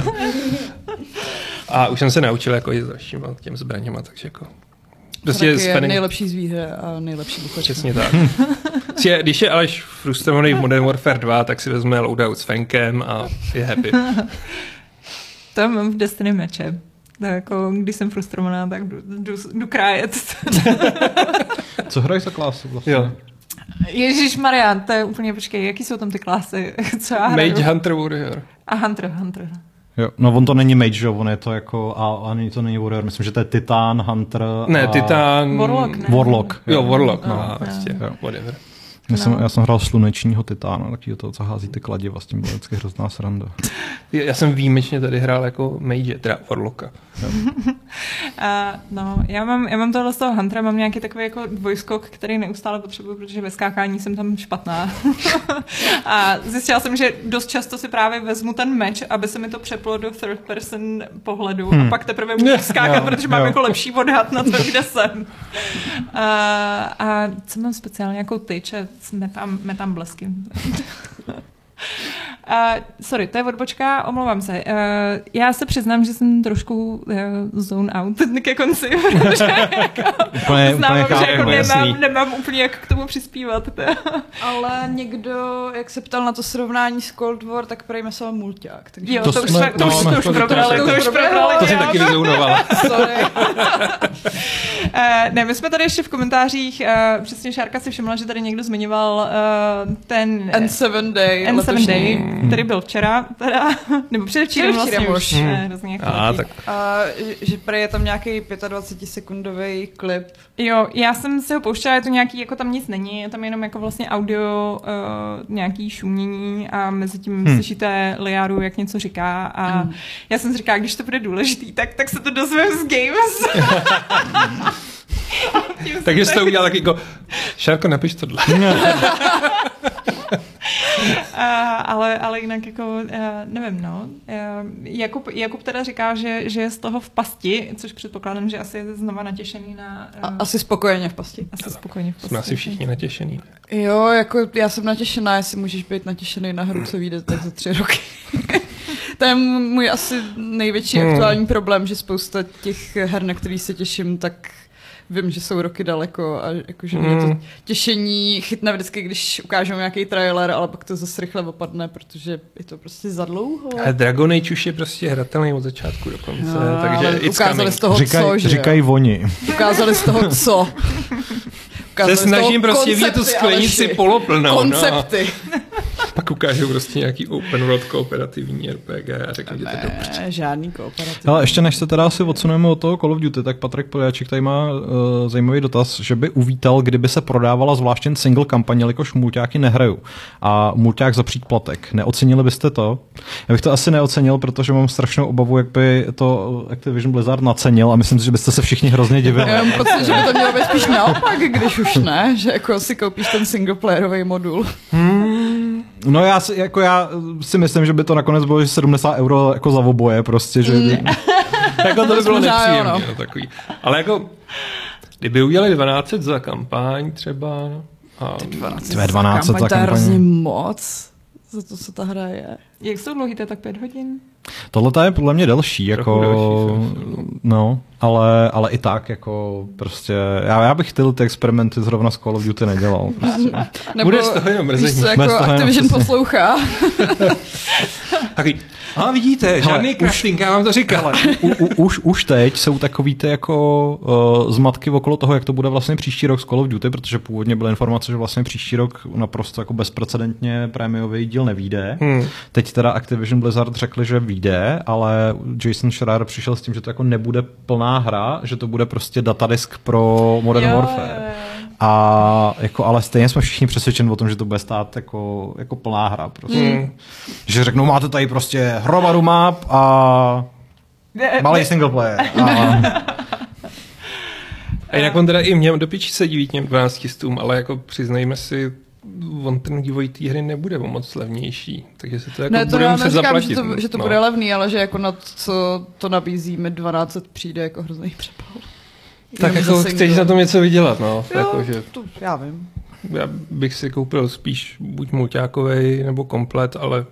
A už jsem se naučil jako jít s těm zbraněma, takže jako... Prostě je Fenek... nejlepší zvíře a nejlepší buchačka. Přesně tak. Když je Aleš frustrovaný v Modern Warfare dva, tak si vezme loadout s Fenkem a je happy. To mám v Destiny meče. Tak jako, když jsem frustrovaná, tak jdu, jdu, jdu krájet. Co hrají za klásu vlastně? Jo. Ježišmarja, to je úplně, počkej, jaký jsou tam ty klasy? Co já hraju? Mage, Hunter, Warrior. A Hunter, Hunter. Jo, no on to není Mage, on je to jako, a ani to není Warrior, myslím, že to je Titan, Hunter Ne, a... Titan... Warlock, ne? Warlock. Jo, jo Warlock, no, no, no vlastně, no. whatever. Já, no. jsem, já jsem hrál slunečního Titána, takový to, co hází ty kladiva, s tím byla vždycky hrozná sranda. Já jsem výjimečně tady hrál jako Mage, teda Warlocka. uh, no, já mám, já mám tohle z toho Huntera, mám nějaký takový jako dvojskok, který neustále potřebuju, protože ve skákání jsem tam špatná. A zjistila jsem, že dost často si právě vezmu ten meč, aby se mi to přeplo do third person pohledu hmm. a pak teprve můžu skákat, jo, protože mám jo. jako lepší odhad na to, kde jsem. Uh, a co mám speciálně, jako tyč, metám, metám blesky. Uh, sorry, to je odbočka, omlouvám se. Uh, já se přiznám, že jsem trošku uh, zone out ke konci, protože jako úplně, znám, úplně že jako nemám, nemám úplně jak k tomu přispívat. Ale někdo, jak se ptal na to srovnání s Cold War, tak prej myslel mulťák. Takže... Jo, to, to, už, jsme, to, už, to, už probrali, to už probrali. To jsem taky vyzounovala. Sorry. uh, ne, my jsme tady ještě v komentářích, uh, přesně Šárka si všimla, že tady někdo zmiňoval uh, ten... N sedm Day. N sedm Day, který byl včera, teda, nebo předevčírem vlastně už. Hmm. Hrozně A, tak. A že prej je tam nějaký dvacetisekundový klip. Jo, já jsem si ho pouštěla, je to nějaký, jako tam nic není, je tam jenom jako vlastně audio, uh, nějaký šumění a mezi tím hmm. slyšíte Liaru, jak něco říká a hmm. já jsem si říkala, když to bude důležitý, tak, tak se to dozvím z Games. Takže jsi to udělal taky jako, Šárko, napiš tohle. Uh, ale, ale jinak jako, uh, nevím, no. Uh, Jakub, Jakub teda říká, že, že je z toho v pasti, což předpokládám, že asi je znova natěšený na... Uh, A, asi spokojeně v pasti. Asi spokojeně v pasti. Jsme asi všichni natěšený. Jo, jako já jsem natěšená, jestli můžeš být natěšený na hru, co vyjde tak za tři roky. To je můj asi největší hmm. aktuální problém, že spousta těch her, na který se těším, tak vím, že jsou roky daleko a jakože mě to těšení chytne vždycky, když ukážou nějaký trailer, ale pak to zase rychle opadne, protože je to prostě za dlouho. Ale Dragon Age už je prostě hratelný od začátku do konce, no, takže ukázali z toho Říkaj, co, že Říkají oni. Ukázali z toho co. Se snažím prostě vidět tu sklenici poloplnou. Koncepty. No. pak ukážou prostě nějaký open world kooperativní R P G a řeknu, že to je dobře. Ne, žádný kooperativní. Ale ještě než se teda asi odsuneme od toho Call of Duty, tak Patrik Poliáček tady má uh, zajímavý dotaz, že by uvítal, kdyby se prodávala zvláště single kampaně, jelikož mulťáky nehraju. A mulťák za příplatek. Neocenili byste to? Já bych to asi neocenil, protože mám strašnou obavu, jak by to Activision Blizzard nacenil a myslím si, že byste se všichni hrozně divili. Já mám pocit, že by to mělo být spíš naopak, když už ne, že jako si koupíš ten singleplayerový modul. Hmm. No já si, jako já si myslím, že by to nakonec bylo že sedmdesát euro jako za oboje prostě, že... Mm. Jako to by bylo Možná nepříjemné, jo, no. no, takový. Ale jako, kdyby udělali dvanáct set za kampaň třeba, a... dvanáct Tvé dvanáct za To je kampaň. hrozně moc, za to se ta hra je. Jak jsou dlouhý, to je tak pět hodin? Tohle je podle mě delší, jako, delší, no, ale, ale i tak, jako prostě, já, já bych tyhle ty experimenty zrovna s Call of Duty nedělal. Prostě. Nebo, Bude z toho jenom mrzení. víš co, Bude z jako toho jenom Activision přesně. poslouchá. Taky, a vidíte, žádný Hele, crafting, já vám to říkal. u, u, už, už teď jsou takový ty jako uh, zmatky okolo toho, jak to bude vlastně příští rok s Call of Duty, protože původně byla informace, že vlastně příští rok naprosto jako bezprecedentně prémiový díl nevyjde. Hmm. Teď teda Activision Blizzard řekli, že vyjde, ale Jason Schreier přišel s tím, že to jako nebude plná hra, že to bude prostě datadisk pro Modern Jo, Warfare. jo, jo. A jako, ale stejně jsme všichni přesvědčeni o tom, že to bude stát jako, jako plná hra. Prostě. Hmm. Že řeknou, máte tady prostě hromadu map a malý single player. A... A jinak on teda i mě do piči se diví těm dvanácti stům, ale jako přiznejme si, on ten vývoj té hry nebude o moc levnější, takže se to jako Ne, to bude já muset neříkám, zaplatit. že to, že to no. bude levný, ale že jako na to, co to nabízíme, dvanáct set přijde jako hrozný přepal. Tak Jenom jako za chceš single. na tom něco vydělat, no. Jo, Jako, že to já vím. já bych si koupil spíš buď mulťákovej nebo komplet, ale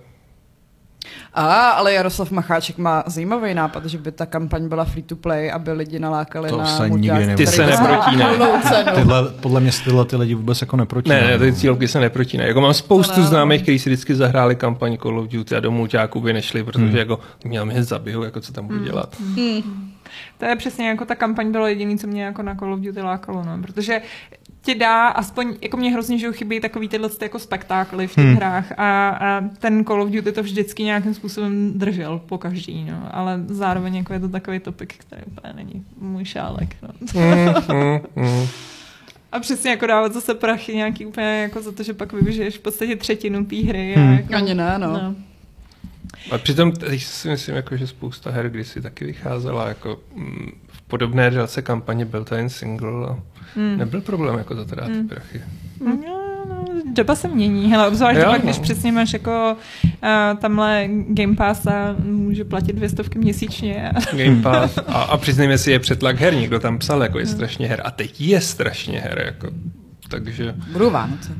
A, ale Jaroslav Macháček má zajímavý nápad, že by ta kampaň byla free to play, aby lidi nalákali To na se mulťák, nikdy Ty nebude. se který má neprotínej. plnou cenu. Tyhle, podle mě tyhle ty lidi vůbec jako neprotínají. ne, ne, ty cílovky se neprotínají. Jako mám spoustu To ne, známých, kteří si vždycky zahráli kampaň Call of Duty a do mulťáků by nešli, protože Hmm. jako měl mě zabiju, jako co tam budu dělat. To je přesně jako ta kampaň bylo jediný, co mě jako na Call of Duty lákalo, no, protože ti dá aspoň, jako mě hrozně, že chybí takový tyhle ty jako spektákly v těch hmm. hrách a, a ten Call of Duty to vždycky nějakým způsobem držel po každý, no, ale zároveň jako je to takový topik, který úplně není můj šálek, no. Mm, mm, mm. A přesně jako dávat zase prachy nějaký úplně jako za to, že pak využiješ v podstatě třetinu té hry. Hmm. A jako, Ani ne, no. no. A přitom teď si myslím, jako, že spousta her kdysi taky vycházela jako mm, v podobné délce kampaně byl to jen single a Hmm. nebyl problém jako za teda ty Hmm. prachy. No, no, doba se mění, hele, obzvlášť Jo, pak, no. když přesně máš jako uh, tamhle Game Pass a může platit dvě stovky měsíčně. Game Pass a, a přiznejme si, je přetlak her, někdo tam psal, jako je strašně her a teď je strašně her, jako, takže... Budou Vánoce.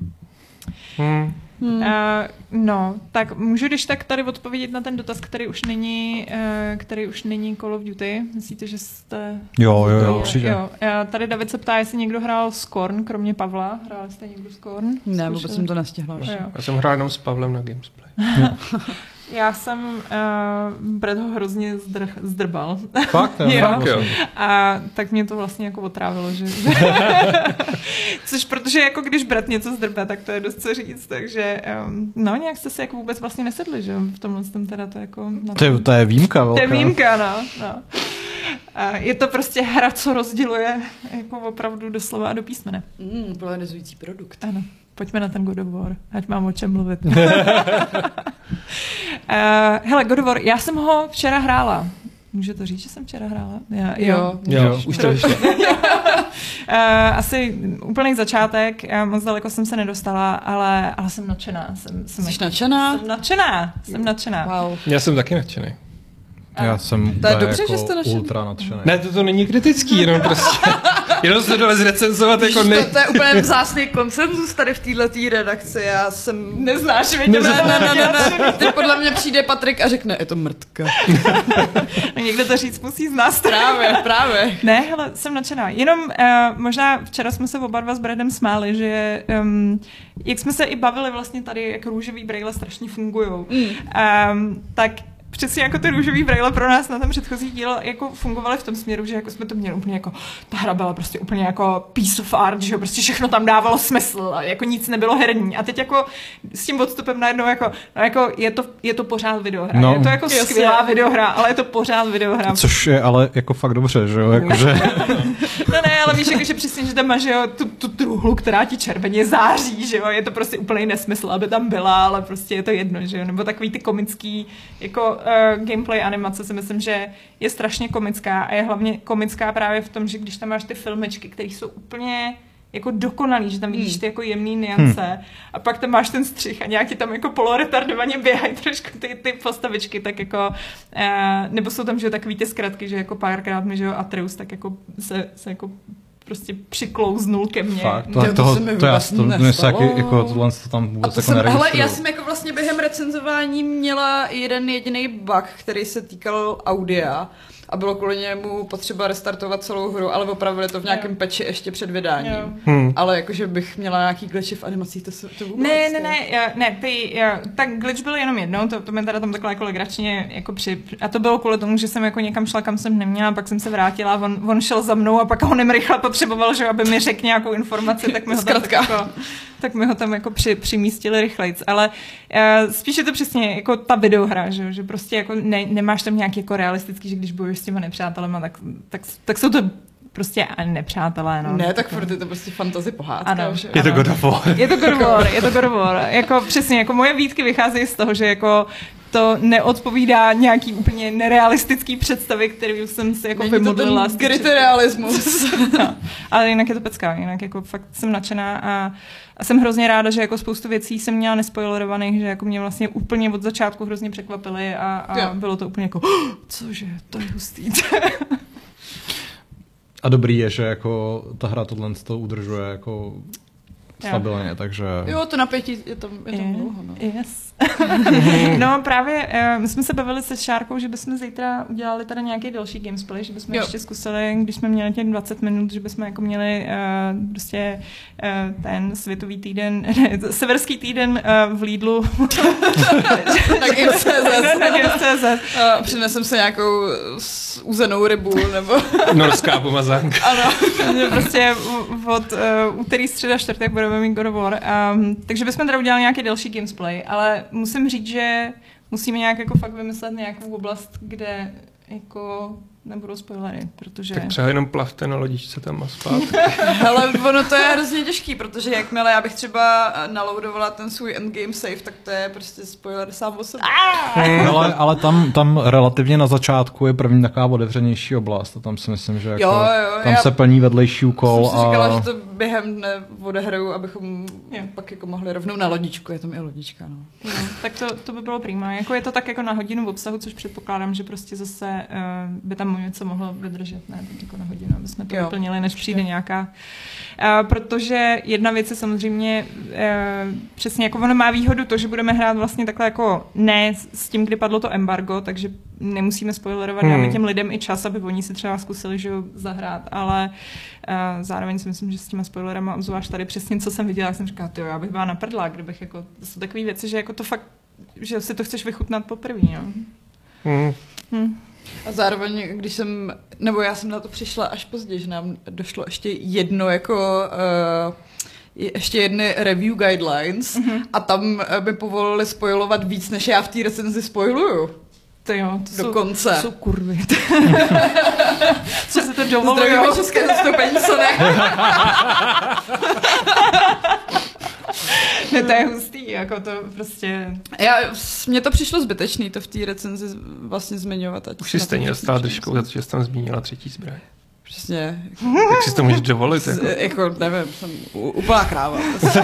Hmm. Hmm. Uh, no, tak můžu když tak tady odpovědět na ten dotaz, který už není, uh, který už není Call of Duty. Myslíte, že jste... Jo, jo, jo, Jo, určitě. jo. Uh, tady David se ptá, jestli někdo hrál Scorn, kromě Pavla. Hrál jste někdo Scorn? Ne, vůbec jsem to nestihla. Jo. Já jsem hrál jenom s Pavlem na Gamesplay. Já jsem, uh, Brett ho hrozně zdr, zdrbal. Fakt, jo. Jo. Fakt, jo. A tak mě to vlastně jako otrávilo, že... Což protože jako když Brett něco zdrbe, tak to je dost co říct, takže um, no nějak jste si jako vůbec vlastně nesedli, že v tomhle jsem teda to jako... To je, to je výjimka velká. To je výjimka, no. no. A je to prostě hra, co rozděluje jako opravdu doslova a do písmene. Mm, polarizující produkt. Ano, pojďme na ten God of War, ať mám o čem mluvit. uh, hele, God of War, já jsem ho včera hrála. Můžu to říct, že jsem včera hrála? Já, Jo. Jo, už to vyšlo. Uh, asi úplný začátek, já moc daleko jsem se nedostala, ale, ale jsem nadšená. Jsem, jsem, Jsi nadšená? Jsem nadšená, jsem nadšená. Wow. Já jsem taky nadšený. Já jsem To je úplně dobře, jako že jste nadšený. ultra nadšený. Ne, to, to není kritický, jenom prostě. Jenom se dole zrecenzovat jako ne... To, to je úplně vzácný konsenzus tady v této redakci. Já jsem... Neznáš, Ne, ne, ne, ne, ne, ne. Teď podle mě přijde Patrik a řekne, je to mrtka. No, někdo to říct musí z nás. Právě, právě. Ne, hele, jsem nadšená. Jenom uh, možná včera jsme se oba dva s Bradem smáli, že um, jak jsme se i bavili vlastně tady, jak růžový brejle strašně fungujou, mm. um, tak přesně jako ty růžový brejle pro nás na ten předchozí díl jako fungovaly v tom směru, že jako jsme to měli úplně jako, ta hra byla prostě úplně jako piece of art, že jo, prostě všechno tam dávalo smysl a jako nic nebylo herní. A teď jako s tím odstupem najednou jako, no jako je to, je to pořád videohra. No, je to jako jasně. skvělá videohra, ale je to pořád videohra. Což je ale jako fakt dobře, že jo, jakože... No ne, ale víš, jako, že přesně, že tam máš, že jo, tu, tu truhlu, která ti červeně září, že jo, je to prostě úplný nesmysl, aby tam byla, ale prostě je to jedno, že jo, nebo takový ty komický, jako uh, gameplay animace si myslím, že je strašně komická a je hlavně komická právě v tom, že když tam máš ty filmečky, které jsou úplně jako dokonalý, že tam vidíš ty jako jemný niance hmm. a pak tam máš ten střih a nějak ti tam jako poloretardovaně běhají trošku ty, ty postavičky, tak jako uh, nebo jsou tam, že jo, takový ty zkratky, že jako párkrát mi, že jo, Atreus tak jako se, se jako prostě přiklouznul ke mně. Fakt, to, to, toho, to, to já to taky, jako tohle to tam vůbec to jako neregistruju. Ale já jsem jako vlastně během recenzování měla jeden jediný bug, který se týkal audia a bylo kvůli němu potřeba restartovat celou hru, ale opravili to v nějakém patchi ještě před vydáním. Hmm. Ale jakože bych měla nějaký glitchy v animacích, to, to vůbec. Ne, ne, ne, ne, ne ty, tak glitch byl jenom jednou, to, to mi teda tam takhle jako legračně jako při, a to bylo kvůli tomu, že jsem jako někam šla, kam jsem neměla, pak jsem se vrátila, on, on šel za mnou a pak ho rychle potřeboval, že aby mi řekl nějakou informaci, tak mi ho tam, tak jako, tak mi ho tam jako při, přimístili rychlejc, ale uh, spíš je to přesně jako ta videohra, že, že prostě jako ne, nemáš tam nějaký jako realistický, že když bojuješ s těma nepřátelema, tak, tak, tak jsou to prostě nepřátelé, no. Ne, tak furt je to prostě fantasy pohádka. Ano, že? Je to God of War. Je to God of War, je to God of War. Jako přesně, jako moje výtky vycházejí z toho, že jako to neodpovídá nějaký úplně nerealistický představy, který jsem si jako vymodlila. Není to ten gritty realismus. No, ale jinak je to pecka, jinak jako fakt jsem nadšená a, a jsem hrozně ráda, že jako spoustu věcí jsem měla nespoilerovaných, že jako mě vlastně úplně od začátku hrozně překvapily a, a bylo to úplně jako, oh, cože, to je hustý. A dobrý je, že jako ta hra tohle to udržuje jako stabilně, jo. takže... Jo, to napětí je tam, je tam dlouho, no. Yes. No právě, my jsme se bavili se Šárkou, že bychom zítra udělali tady nějaký další gamesplay, že bychom jo. ještě zkusili, když jsme měli těch dvacet minut, že bychom jako měli uh, prostě uh, ten světový týden, ne, severský týden uh, v Lidlu. Na Games tečka cé zet. Na Games tečka cé zet. A přinesem se nějakou uzenou rybu, nebo... Norská pomazánka. Ano. Prostě od uh, úterý, středa, čtvrtek budeme mít God of War. Um, takže bychom teda udělali nějaký další gamesplay, ale musím říct, že musíme nějak jako fakt vymyslet nějakou oblast, kde jako nebudou spoilery, protože... Tak třeba jenom plavte na lodičce tam a spát. Ale ono to je hrozně těžký, protože jakmile já bych třeba naloadovala ten svůj endgame save, tak to je prostě spoiler sám o sobě. ale ale tam, tam relativně na začátku je první taková otevřenější oblast a tam si myslím, že jako, jo, jo, tam se plní vedlejší úkol. Jsem si říkala, a... že to během dne odehraju, abychom jo. pak jako mohli rovnou na lodičku, je tam i lodička. No. Jo, tak to, to by bylo prima. Jako je to tak jako na hodinu v obsahu, což předpokládám, že prostě zase uh, by tam něco mohlo vydržet, ne, tak jako na hodinu, aby jsme to jo. vyplnili, než přijde nějaká. Uh, protože jedna věc je samozřejmě uh, přesně jako ono má výhodu to, že budeme hrát vlastně takhle jako ne s tím, kdy padlo to embargo, takže nemusíme spoilerovat, hmm. dáme těm lidem i čas, aby oni si třeba zkusili, že ho zahrát, ale uh, zároveň si myslím, že s těma spoilerama, obzvlášť tady přesně, co jsem viděla, jak jsem říkala, tyjo, já bych byla na prdla, kdybych jako, to jsou takové věci, že jako to fakt, že si to chceš vychutnat poprvé, no. Hmm. Hmm. A zároveň, když jsem, nebo já jsem na to přišla až později, že nám došlo ještě jedno jako, uh, ještě jedny review guidelines mm-hmm. a tam by povolili spoilovat víc, než já v té recenzi spoiluju. To jo, to dokonce. Jsou, jsou kurvy. Co se to dovoluje? Zdravíme české zastoupení, co ne? Ne, to je hustý, jako to prostě... Já, mně to přišlo zbytečný, to v té recenzi vlastně zmiňovat. Už jsi stejně dostala držkou za to, že jsi tam zmínila třetí zbraň. Přesně. Jak si to můžeš dovolit? Jako, jako nevím, jsem úplná kráva.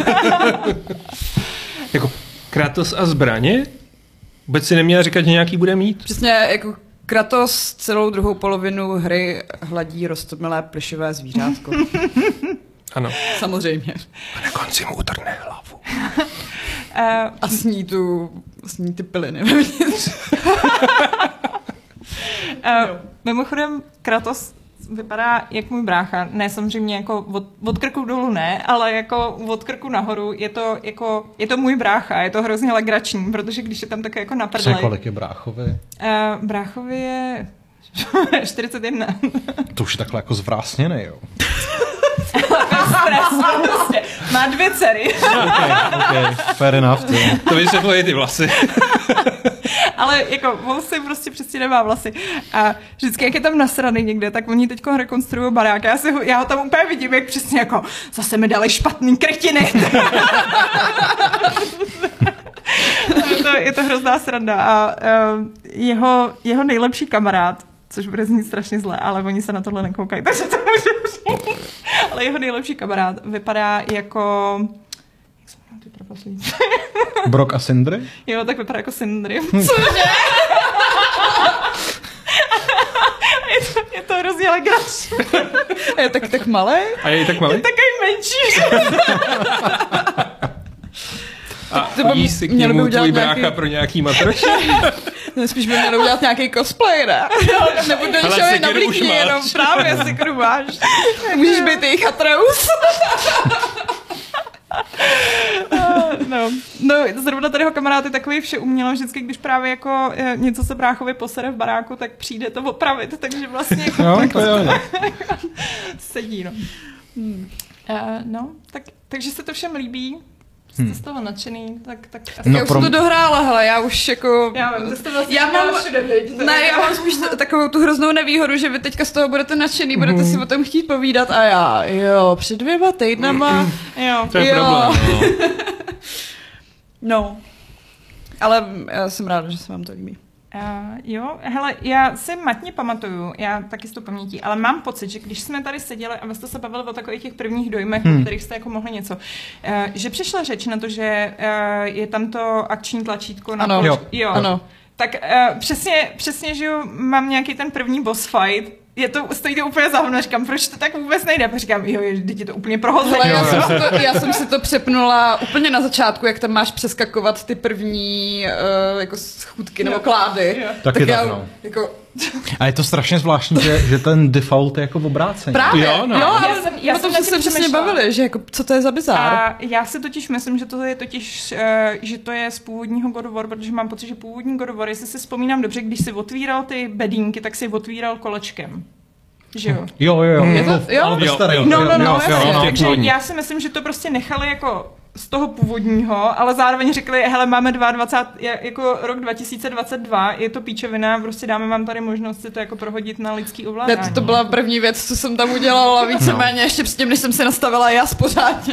Jako Kratos a zbraně? Vůbec si neměla říkat, že nějaký bude mít? Přesně, jako Kratos celou druhou polovinu hry hladí roztomilé plišové zvířátko. Ano. Samozřejmě. A na konci mu utrhne hlavu. A sní tu, sní ty piliny vevnitř. uh, mimochodem, Kratos vypadá jak můj brácha. Ne, samozřejmě jako od, od krku dolů ne, ale jako od krku nahoru je to jako, je to můj brácha, je to hrozně legrační, protože když je tam také jako na prdeli. Kolik je bráchovi? Uh, bráchovi je čtyřicet jedna. To už je takhle jako zvrásněný, jo. Stres, prostě. Má dvě dcery. okay, okay. Fair enough. To, to vysvětluje i ty vlasy. Ale jako vlasy prostě přesně nemá vlasy. A vždycky, jak je tam nasraný někde, tak oni teď rekonstruují barák. Já, si ho, já ho tam úplně vidím, jak přesně jako zase mi dali špatný kretiny. je, to, je to hrozná sranda. A uh, jeho, jeho nejlepší kamarád, což bude znít strašně zle, ale oni se na tohle nekoukají, takže to může přijít. Ale jeho nejlepší kamarád vypadá jako... Jak se jmenují ty trpaslíci? Brock a Sindri? Jo, tak vypadá jako Sindri. Cože? je, to, je to hrozně legrační. Je tak, tak malý? A je tak malý? Je takový menší. A jí si k němu tvůj brácha nějaký... pro nějaký matroši? Spíš by měli udělat nějaký cosplay, ne? Nebo do něčeho je nablíkni jenom. Právě si kru máš. Můžeš být jejich Atreus. no. no, zrovna tady jeho kamarád je takový vše umělo, vždycky, když právě jako něco se bráchovi posere v baráku, tak přijde to opravit, takže vlastně jako no, tak to je, sedí, no. Hmm. Uh, no, tak, takže se to všem líbí. Jste hmm. z toho nadšený, tak... tak asi... No, já už pro... to dohrála, hele, já už jako... Já vím, to jste vlastně já mám, všude, teď, ne, já mám spíš t- takovou tu hroznou nevýhodu, že vy teďka z toho budete nadšený, budete si o tom chtít povídat a já, jo, před dvěma týdnama... jo, to je jo. problém, no. no. Ale já jsem ráda, že se vám to líbí. Uh, jo, hele, já si matně pamatuju, já taky s tou pamětí, ale mám pocit, že když jsme tady seděli a vy jste se bavili o takových těch prvních dojmech, hmm. o kterých jste jako mohli něco, uh, že přišla řeč na to, že uh, je tam to akční tlačítko na ano, poč- jo. jo. Ano. Tak uh, přesně, přesně, že jo, mám nějaký ten první boss fight, je to, stojí to úplně za hovno, říkám, proč to tak vůbec nejde? A říkám, jo, teď je to úplně prohozené. Já, jsem to, já jsem si to přepnula úplně na začátku, jak tam máš přeskakovat ty první uh, jako schůdky nebo klády. Jo. Taky tak, já, tak, no. Jako... A je to strašně zvláštní, že, že ten default je jako v obrácení. Právě, jo, no. jo, ale já jsem, já o tom jsem jsme se přesně bavili, že jako, co to je za bizár. A já si totiž myslím, že to je totiž, uh, že to je z původního God of War, protože mám pocit, že původní God of War, jestli si vzpomínám dobře, když si otvíral ty bedínky, tak si otvíral kolečkem. Že jo? Jo, jo, jo. Je jako, to, jo? ale jo, starý. jo, No, no, no, jo, jasně. jo, no, Takže původní. já si myslím, že to prostě nechali jako z toho původního, ale zároveň řekli, hele, máme dvacátý druhý jako rok dva tisíce dvacet dva, je to píčovina, prostě dáme vám tady možnost si to jako prohodit na lidský ovládání. To, to byla první věc, co jsem tam udělala, víceméně, ještě předtím, než jsem si nastavila jas pořádně.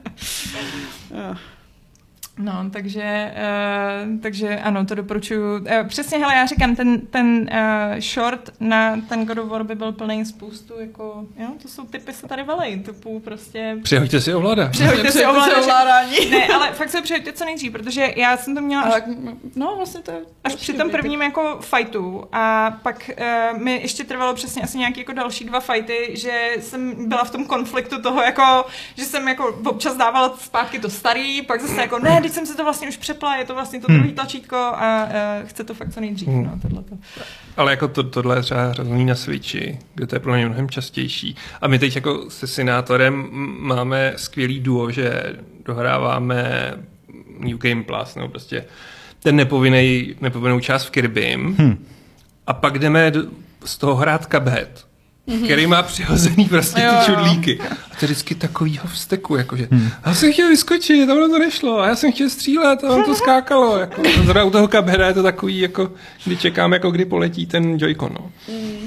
No, takže, uh, takže ano, to doporučuju. Uh, přesně, hele, já říkám, ten, ten uh, short na ten God of War by byl plný spoustu, jako, jo, to jsou typy, se tady velej, typů prostě... Přihoďte si ovládat. Přihoďte si ovládat. ovládání. Ne, ale fakt se přihoďte co nejdřív, protože já jsem to měla až, Ale, no, vlastně to je... až při tom prvním jako fightu a pak uh, mi ještě trvalo přesně asi nějaký jako další dva fighty, že jsem byla v tom konfliktu toho, jako, že jsem jako občas dávala zpátky to starý, pak zase jako, ne, teď jsem se to vlastně už přepla, je to vlastně to druhý tlačítko a uh, chce to fakt co nejdřív, hmm. no, tohleto. Ale jako to, tohle je třeba hrozný na Switchi, kde to je pro mě mnohem častější. A my teď jako se Senátorem máme skvělý duo, že dohráváme New Game Plus, nebo prostě ten nepovinnej, nepovinnou část v Kirbym. Hmm. A pak jdeme do, z toho hrát Cuphead, mm-hmm. který má přihozený prostě ty jo, čudlíky. A to je vždycky takovýho vzteku, jakože hmm. já jsem chtěl vyskočit, tam to nešlo, a já jsem chtěl střílet a on to skákalo. Jako, zrovna u toho Cupheada je to takový, jako, kdy čekám, jako kdy poletí ten Joy-Con. No. Mm.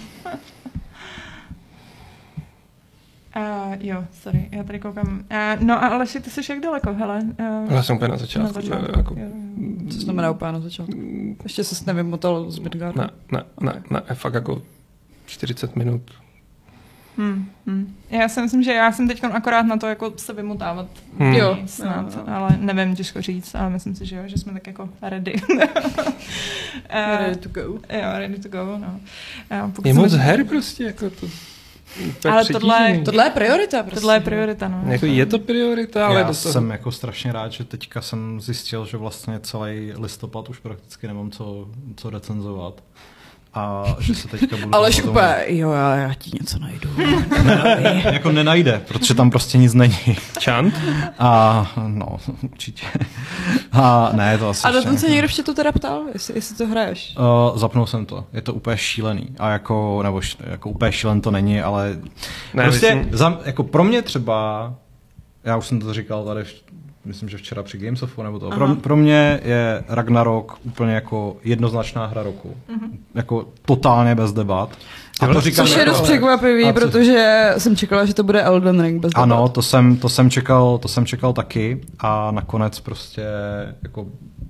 Uh, jo, sorry, já tady koukám. Uh, no a Aleši, ty jsi jak daleko, hele? Uh, Ale jsem úplně na začátku. Na začátku jako, jo, jo. Co znamená úplně na začátku? Ještě se nevymotal z Midgardu. Ne, ne, ne, ne, fakt jako čtyřicet minut. Hmm, hmm. Já si myslím, že já jsem teď akorát na to jako se vymotávat. Hmm. Jo, snad, jo, jo. ale nevím, těžko říct, ale myslím si, že jo, že jsme tak jako ready. uh, Ready to go. Jo, ready to go, no. Uh, je moc her prostě, jako to... Ale tohle, tohle je priorita. Prostě. Tohle je priorita, no. Jako je to priorita, ale... Já to jsem jako strašně rád, že teďka jsem zjistil, že vlastně celý listopad už prakticky nemám co, co recenzovat. a že se teďka budu... Ale úplně, jo, já, já ti něco najdu. Ne, jako nenajde, protože tam prostě nic není. Chant? A no, určitě. A ne, to asi A dokonce ještě někdo v chatu teda ptal, jestli, jestli to hraješ. Uh, zapnul jsem to, je to úplně šílený. A jako, nebo š, jako úplně šílen to není, ale Ne, prostě myslím... za, jako pro mě třeba, já už jsem to říkal tady, myslím, že včera při Gamesofu nebo to, pro, pro mě je Ragnarok úplně jako jednoznačná hra roku. Uh-huh. Jako totálně bez debat. A to říkám, což je dost překvapivý, co... protože jsem čekala, že to bude Elden Ring bez debat. Ano, to jsem, to jsem čekal, to jsem čekal taky a nakonec prostě jako...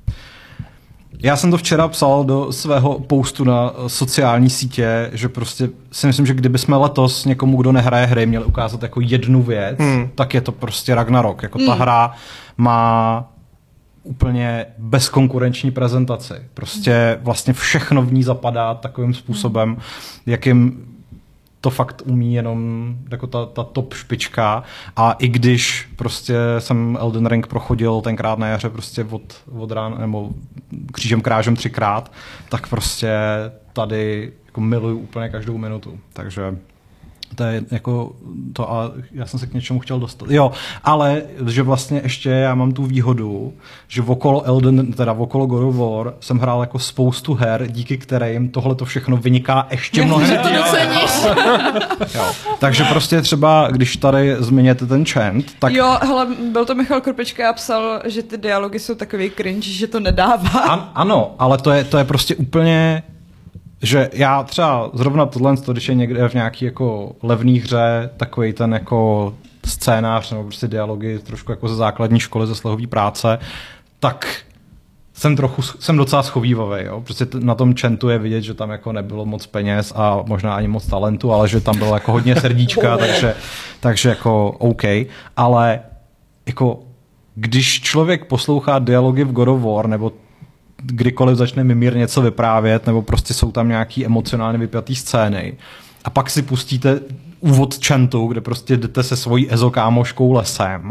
Já jsem to včera psal do svého postu na sociální sítě, že prostě si myslím, že kdybychom letos někomu, kdo nehraje hry, měli ukázat jako jednu věc, hmm. tak je to prostě Ragnarok. Jako ta hmm. hra má úplně bezkonkurenční prezentaci. Prostě vlastně všechno v ní zapadá takovým způsobem, hmm. jakým to fakt umí jenom jako ta, ta top špička a i když prostě jsem Elden Ring prochodil tenkrát na jaře prostě od, od rán, nebo křížem krážem třikrát, tak prostě tady jako miluju úplně každou minutu, takže to je jako to a já jsem se k něčemu chtěl dostat. Jo, ale že vlastně ještě já mám tu výhodu, že okolo Elden, teda okolo God of War jsem hrál jako spoustu her, díky kterým tohle to všechno vyniká ještě mnohem. Že to doceníš. Jo. Takže prostě třeba, když tady zmiňujete ten chant, tak... Jo, hele, byl to Michal Krupečka a psal, že ty dialogy jsou takový cringe, že to nedává. An, ano, ale to je, to je prostě úplně... Že já třeba zrovna tohle, když je někde v nějaký jako levný hře, takový ten jako scénář nebo prostě dialogy trošku jako ze základní školy, ze slehové práce, tak jsem trochu, jsem docela schovívavý, jo. Prostě na tom chantu je vidět, že tam jako nebylo moc peněz a možná ani moc talentu, ale že tam bylo jako hodně srdíčka, takže, takže jako OK. Ale jako když člověk poslouchá dialogy v God of War nebo kdykoliv začne Mimír něco vyprávět, nebo prostě jsou tam nějaký emocionálně vypjatý scény. A pak si pustíte úvod chantu, kde prostě jdete se svojí ezokámoškou lesem.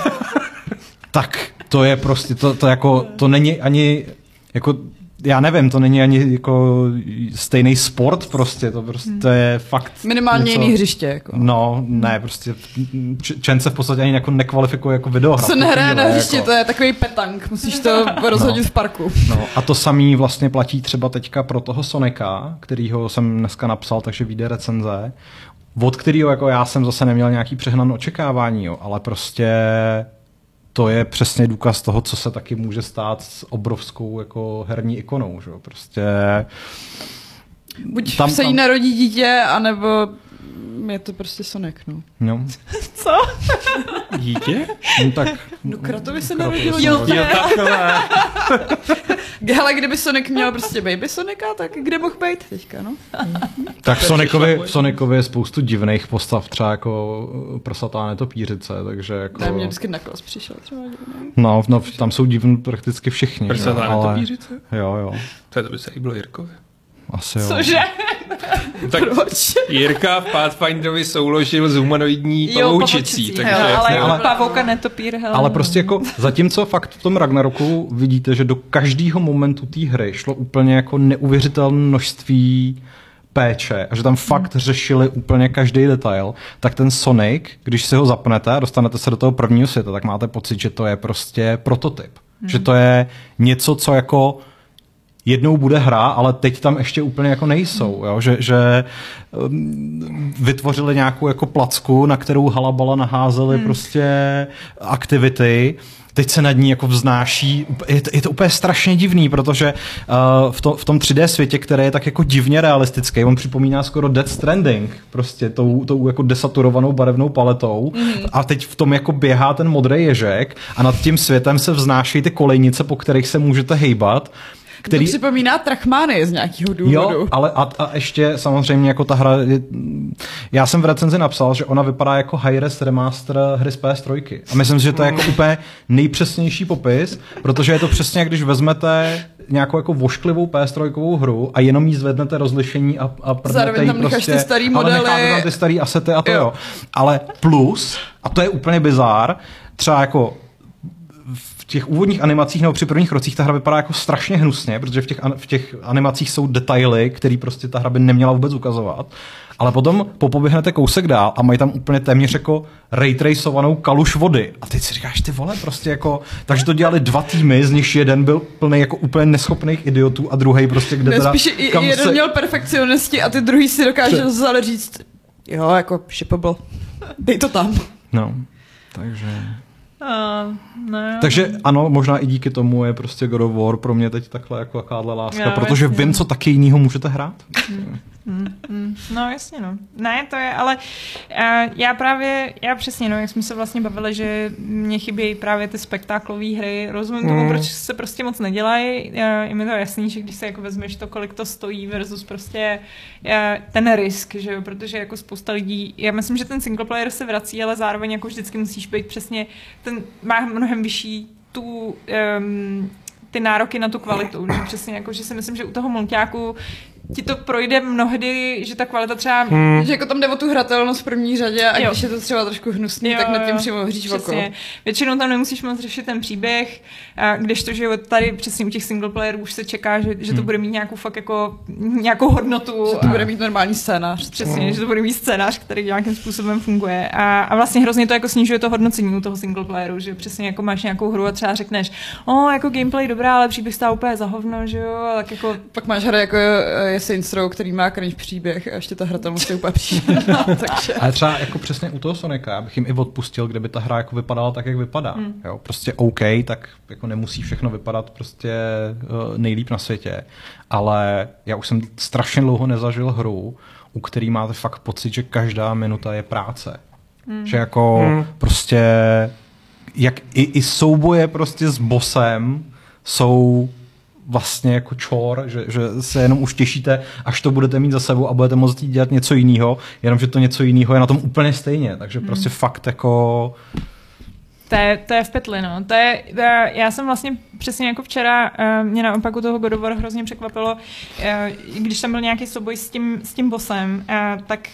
Tak to je prostě, to, to jako, to není ani, jako, já nevím, to není ani jako stejný sport prostě, to prostě to je fakt... Minimálně něco, jiný hřiště, jako. No, ne, prostě Čen se v podstatě ani jako nekvalifikuje jako videohra. Se nehraje na hřiště, jako. To je takový petank, musíš to rozhodit no. v parku. No, a to samý vlastně platí třeba teďka pro toho Sonika, kterýho jsem dneska napsal, takže vyjde recenze, od kterého jako já jsem zase neměl nějaký přehnané očekávání, jo, ale prostě to je přesně důkaz toho, co se taky může stát s obrovskou jako herní ikonou, že jo, prostě... Buď tam, se jí tam... narodí dítě, anebo je to prostě Sonic, no. No. Co? Dítě? No tak... No Kratovi se Kratovi narodilo dítě. Jo, takové. Ale kdyby Sonic měl prostě baby Sonika, tak kde mohl být teďka, no? Tak v Sonicovi, v Sonicovi je spoustu divných postav, třeba jako prsatá netopířice, takže jako... Ne, mě vždycky Knuckles přišel třeba divný. No, no, tam jsou divní prakticky všichni. Prsatá ale... netopířice? Jo, jo. To, to by se líbilo Jirkovi. Asi jo. Cože? Tak Jirka v Pathfinderovi souložil s humanoidní pavoučicí. Takže jo, ale, ale pavouka netopír. Hele. Ale prostě jako zatímco fakt v tom Ragnaroku vidíte, že do každého momentu té hry šlo úplně jako neuvěřitelné množství péče a že tam fakt hmm. řešili úplně každý detail, tak ten Sonic, když si ho zapnete a dostanete se do toho prvního světa, tak máte pocit, že to je prostě prototyp. Hmm. Že to je něco, co jako jednou bude hra, ale teď tam ještě úplně jako nejsou, jo? Že, že um, vytvořili nějakou jako placku, na kterou halabala naházeli hmm. prostě aktivity, teď se nad ní jako vznáší, je to, je to úplně strašně divný, protože uh, v, to, v tom tři dé světě, který je tak jako divně realistický, on připomíná skoro Death Stranding, prostě tou, tou jako desaturovanou barevnou paletou mm. a teď v tom jako běhá ten modrý ježek a nad tím světem se vznáší ty kolejnice, po kterých se můžete hejbat. Který... To připomíná Trackmany z nějakého důvodu. Jo, ale a, a ještě samozřejmě jako ta hra, je, já jsem v recenzi napsal, že ona vypadá jako high-res remaster hry z P S tři. A myslím si, že to je jako úplně nejpřesnější popis, protože je to přesně, když vezmete nějakou jako vošklivou P S tři hru a jenom jí zvednete rozlišení a, a prdnete jí prostě, ty starý modely. Ale necháte tam ty starý asety a to jo. jo. Ale plus, a to je úplně bizár, třeba jako těch úvodních animacích nebo při prvních rocích ta hra vypadá jako strašně hnusně, protože v těch, v těch animacích jsou detaily, které prostě ta hra by neměla vůbec ukazovat. Ale potom popoběhnete kousek dál a mají tam úplně téměř jako raytracovanou kaluž vody. A teď si říkáš, ty vole, prostě jako... Takže to dělali dva týmy, z nichž jeden byl plný jako úplně neschopných idiotů a druhý prostě kde ne, teda... Spíš jeden se... měl perfekcionisti a ty druhý si dokáže zase říct, jo, jako shippable, dej to tam. No, takže... Uh, no, Takže ano, možná i díky tomu je prostě God of War pro mě teď takhle jako takováhle láska, já, protože jasně. vím, co taky jinýho můžete hrát. Mm, mm, mm. No jasně, no. Ne, to je, ale uh, já právě, já přesně, no, jak jsme se vlastně bavili, že mě chybějí právě ty spektáklové hry, rozumím mm. tomu, proč se prostě moc nedělají, uh, je mi to jasný, že když se jako vezmeš to, kolik to stojí versus prostě uh, ten risk, že jo, protože jako spousta lidí, já myslím, že ten single player se vrací, ale zároveň jako vždycky musíš být přesně, ten má mnohem vyšší tu... Um, ty nároky na tu kvalitu, že přesně jako, že si myslím, že u toho mulťáku ti to projde mnohdy, že ta kvalita třeba... Hmm. Že jako tam jde o tu hratelnost v první řadě a jo. když je to třeba trošku hnusný, jo, tak nad tím přímo hříš oko. Většinou tam nemusíš moc řešit ten příběh, když to, že tady přesně u těch single playerů už se čeká, že, že to bude mít nějakou fakt jako nějakou hodnotu. Že to bude mít normální scénář. Přesně, hmm. že to bude mít scénář, který nějakým způsobem funguje. A, a vlastně hrozně to jako snižuje to hodnocení u toho single playeru, že přesně jako máš nějakou hru a třeba řekneš, o, jako gameplay dobrá, ale příběh stál úplně za hovno, že jo, tak jako... Pak máš hry jako je Saints Row, který má cringe příběh a ještě ta hratelnost je úplně příšerná, takže... Ale třeba jako přesně u toho Sonika, já bych jim i odpustil, kdyby ta hra jako vypadala tak, jak vypadá. Hmm. Jo, prostě OK, tak jako nemusí všechno vypadat prostě uh, nejlíp na světě, ale já už jsem strašně dlouho nezažil hru, u který máte fakt pocit, že každá minuta je práce. Hmm. Že jako hmm. prostě jak i, i souboje prostě s bossem jsou vlastně jako čor, že, že se jenom už těšíte, až to budete mít za sebou a budete moct dělat něco jiného, jenomže to něco jiného je na tom úplně stejně, takže hmm. prostě fakt jako... To je, to je v pytli, no. To je, já jsem vlastně přesně jako včera, mě naopak u toho God of War hrozně překvapilo, když tam byl nějaký souboj s tím, s tím bossem, tak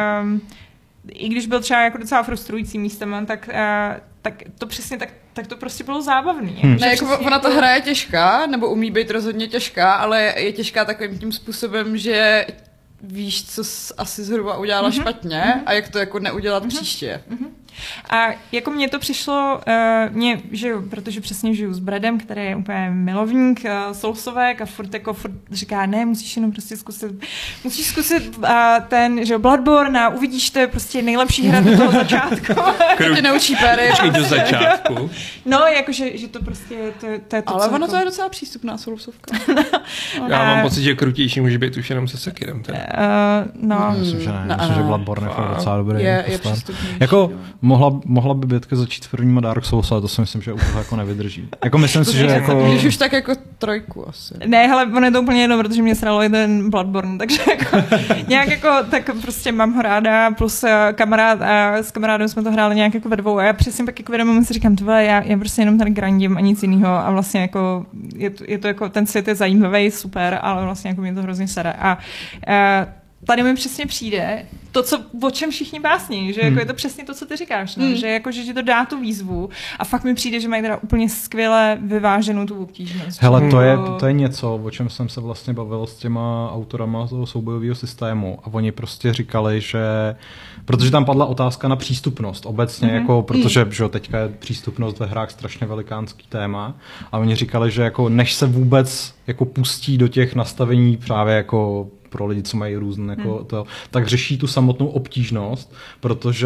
i když byl třeba jako docela frustrující místem, tak, tak to přesně tak, tak to prostě bylo zábavný. Hmm. Ne, jako ona ta hra je těžká, nebo umí být rozhodně těžká, ale je těžká takovým tím způsobem, že víš, co jsi asi zhruba udělala mm-hmm. špatně mm-hmm. a jak to jako neudělat mm-hmm. příště. Mm-hmm. A jako mně to přišlo, uh, mě, že jo, protože přesně žiju s Bradem, který je úplně milovník uh, Soulsovek a furt jako furt říká, ne, musíš jenom prostě zkusit, musíš zkusit uh, ten, že jo, Bloodborne a uvidíš, to je prostě nejlepší hra do toho začátku. To tě naučí péry. do začátku. No, jakože, že to prostě, to, to je to, ale co ono jako... to je docela přístupná Soulsovka. Já mám pocit, že krutější může být už jenom se Sekirem. Uh, no. no. Myslím, že ne. No, Myslím, že Bloodborne je docela dobrý. Je, je přístupný. Jako mohla, mohla by Bětka začít s prvníma Dark Souls, ale to si myslím, že u toho jako nevydrží. Jako myslím si, že jako... Když už tak jako trojku asi. Ne, hele, ono je to úplně jedno, protože mě sralo i ten Bloodborne, takže jako nějak jako, tak prostě mám ho ráda, plus kamarád a s kamarádem jsme to hráli nějak jako ve dvou a já přesně pak jako vědomím si říkám, tohle, já, já prostě jenom tady grindím a nic jiného a vlastně jako je to, je to jako, ten svět je zajímavý, super, ale vlastně jako mě to hrozně sere a, a tady mi přesně přijde to, co, o čem všichni básní, že jako hmm. je to přesně to, co ty říkáš, no? Hmm. Že, jako, že ti to dá tu výzvu a fakt mi přijde, že mají teda úplně skvěle vyváženou tu obtížnost. Hele, to je, to je něco, o čem jsem se vlastně bavil s těma autorama toho soubojového systému a oni prostě říkali, že protože tam padla otázka na přístupnost obecně, mm-hmm. jako, protože že teďka je přístupnost ve hrách strašně velikánský téma a oni říkali, že jako než se vůbec jako pustí do těch nastavení právě jako pro lidi, co mají různé, jako hmm. to, tak řeší tu samotnou obtížnost, protože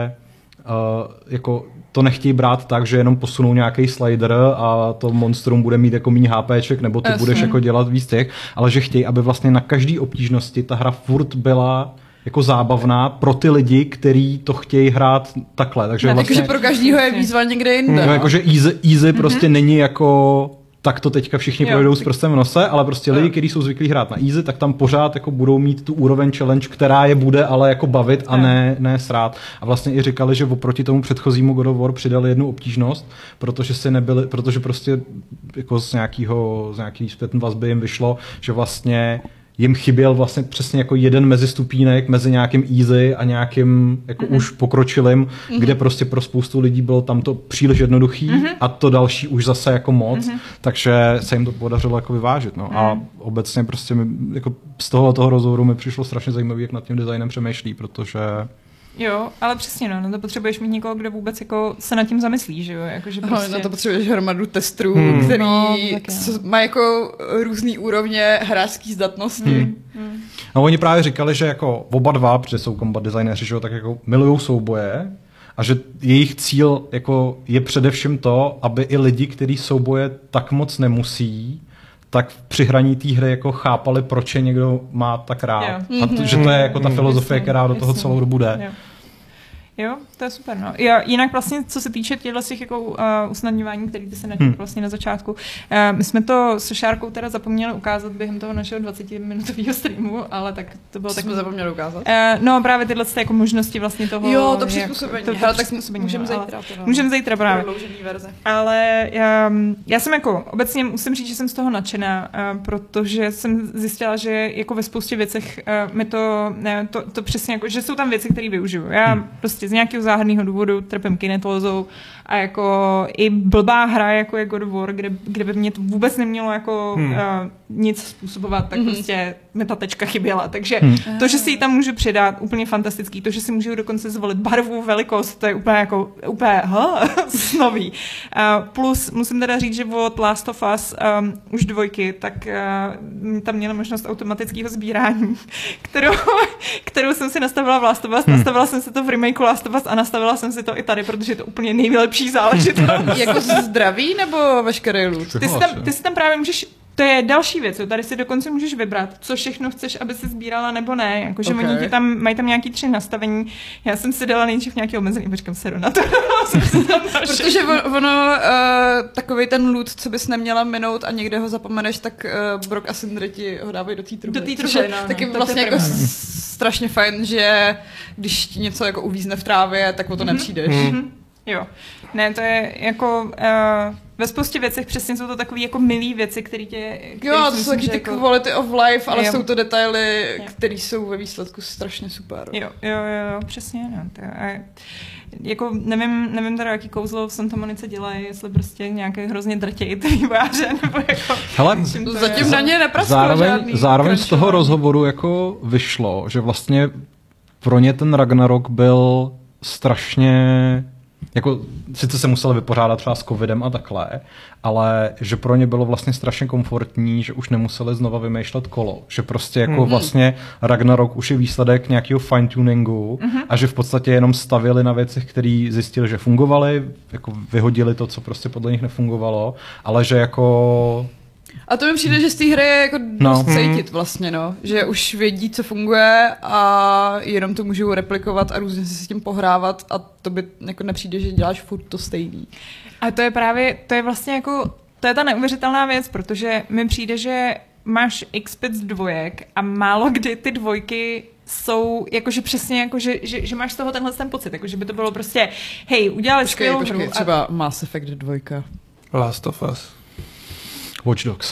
uh, jako to nechtějí brát tak, že jenom posunou nějaký slider a to monstrum bude mít jako méně HPček, nebo ty Jasně. budeš jako dělat víc těch, ale že chtějí, aby vlastně na každý obtížnosti ta hra furt byla jako zábavná pro ty lidi, kteří to chtějí hrát takhle. Takže ne, vlastně, takže pro každýho je výzva někde jinde. No, jakože easy, easy mm-hmm. prostě není jako tak to teďka všichni jo. projdou s prstem v nose, ale prostě lidi, kteří jsou zvyklí hrát na easy, tak tam pořád jako budou mít tu úroveň challenge, která je bude ale jako bavit a ne, ne srát. A vlastně i říkali, že oproti tomu předchozímu God of War přidali jednu obtížnost, protože si nebyli, protože prostě jako z nějakého, z nějaký zpětné vazby jim vyšlo, že vlastně jim chyběl vlastně přesně jako jeden mezistupínek mezi nějakým easy a nějakým jako mm-hmm. už pokročilým, mm-hmm. kde prostě pro spoustu lidí bylo tam to příliš jednoduchý mm-hmm. a to další už zase jako moc, mm-hmm. takže se jim to podařilo jako vyvážit. No. Mm. A obecně prostě mi, jako z toho toho rozhovoru mi přišlo strašně zajímavý, jak nad tím designem přemýšlí, protože Jo, ale přesně, no, no to potřebuješ mít někoho, kdo vůbec jako se nad tím zamyslí, že jo, jakože prostě... No, na to potřebuješ hromadu testrů, hmm. který no, má jako různý úrovně hráčský zdatnosti. Hmm. Hmm. No oni právě říkali, že jako oba dva, protože jsou combat designéři, že jo, tak jako milujou souboje a že jejich cíl jako je především to, aby i lidi, kteří souboje tak moc nemusí, tak při hraní té hry jako chápali, proč je někdo má tak rád. Yeah. A to, že to je jako ta filozofie, která do toho celou dobu jde. Yeah. Jo, to je super, no. Jo, jinak vlastně, co se týče těchto těch jako uh, usnadňování, který ty se načetl hmm. vlastně na začátku, uh, my jsme to s Šárkou teda zapomněli ukázat během toho našeho dvacetiminutového streamu, ale tak to bylo tak... jsme zapomněli ukázat? Uh, no právě tyhle jako možnosti vlastně toho... Jo, to přizpůsobení. To, to, Hele, tak můžeme zítra. Můžeme zítra právě. Verze. Ale um, já jsem jako, obecně musím říct, že jsem z toho nadšená, uh, protože jsem zjistila, že jako ve spoustě věcech uh, mi to, ne, to, to přesně jako, že jsou tam věci, které využiju. Já hmm. prostě z nějakého záhadného důvodu trpím kinetózou a jako i blbá hra, jako je God of War, kde, kde by mě to vůbec nemělo jako hmm. uh, nic způsobovat, tak hmm. prostě mi ta tečka chyběla. Takže hmm. to, že si ji tam můžu přidat, úplně fantastický. To, že si můžu dokonce zvolit barvu, velikost, to je úplně jako, úplně, huh, snový. Uh, plus, musím teda říct, že od Last of Us um, už dvojky, tak uh, tam měla možnost automatického sbírání, kterou, kterou jsem si nastavila v Last of Us. Hmm. Nastavila jsem si to v remakeu Last of Us a nastavila jsem si to i tady, protože je to úplně nejlepší záležitost. Jako zdraví nebo veškerý loot? Ty si tam, ty si tam právě můžeš, to je další věc, jo. Tady si dokonce můžeš vybrat, co všechno chceš, aby si sbírala nebo ne, jakože okay. oni ti tam, mají tam nějaký tři nastavení, já jsem si dala nejdřív nějaký omezený, počkám se na to. Protože ono, uh, takovej ten loot, co bys neměla minout a někde ho zapomeneš, tak uh, Brock a Sindri ti ho dávají do té truby. Do té truby, no, no. Tak je vlastně jako strašně fajn, že když ti něco jako uvízne v trávě, tak o to mm-hmm. nepřijdeš. Mm-hmm. Jo. Ne, to je jako uh, ve spoustě věcech přesně jsou to takové jako milý věci, které tě... Jo, to jsou taky ty jako... quality of life, ale jo. jsou to detaily, které jsou ve výsledku strašně super. Jo, jo, jo, přesně, no. To je, jako nevím, nevím teda, jaký kouzlo v Santa Monice dělají, jestli prostě nějaké hrozně drtějí ty vývojáře, nebo jako... Hele, zatím je. Na ně neprasklo zároveň, žádný. Zároveň z toho rozhovoru jako vyšlo, že vlastně pro ně ten Ragnarok byl strašně... Jako, sice se museli vypořádat třeba s covidem a takhle, ale že pro ně bylo vlastně strašně komfortní, že už nemuseli znova vymýšlet kolo. Že prostě jako mm-hmm. vlastně Ragnarok už je výsledek nějakého fine-tuningu mm-hmm. a že v podstatě jenom stavili na věcech, které zjistili, že fungovaly, jako vyhodili to, co prostě podle nich nefungovalo, ale že jako... A to mi přijde, že z té hry je jako dost no. cítit vlastně, no. Že už vědí, co funguje a jenom to můžou replikovat a různě si s tím pohrávat a to by jako nepřijde, že děláš furt to stejný. A to je právě, to je vlastně jako, to je ta neuvěřitelná věc, protože mi přijde, že máš x pět dvojek a málo kdy ty dvojky jsou, jakože přesně, jakože, že, že máš z toho tenhle ten pocit, jakože by to bylo prostě, hej, udělali skvělou hru. A... třeba Mass Effect dvojka. Last of Us. Watch Dogs.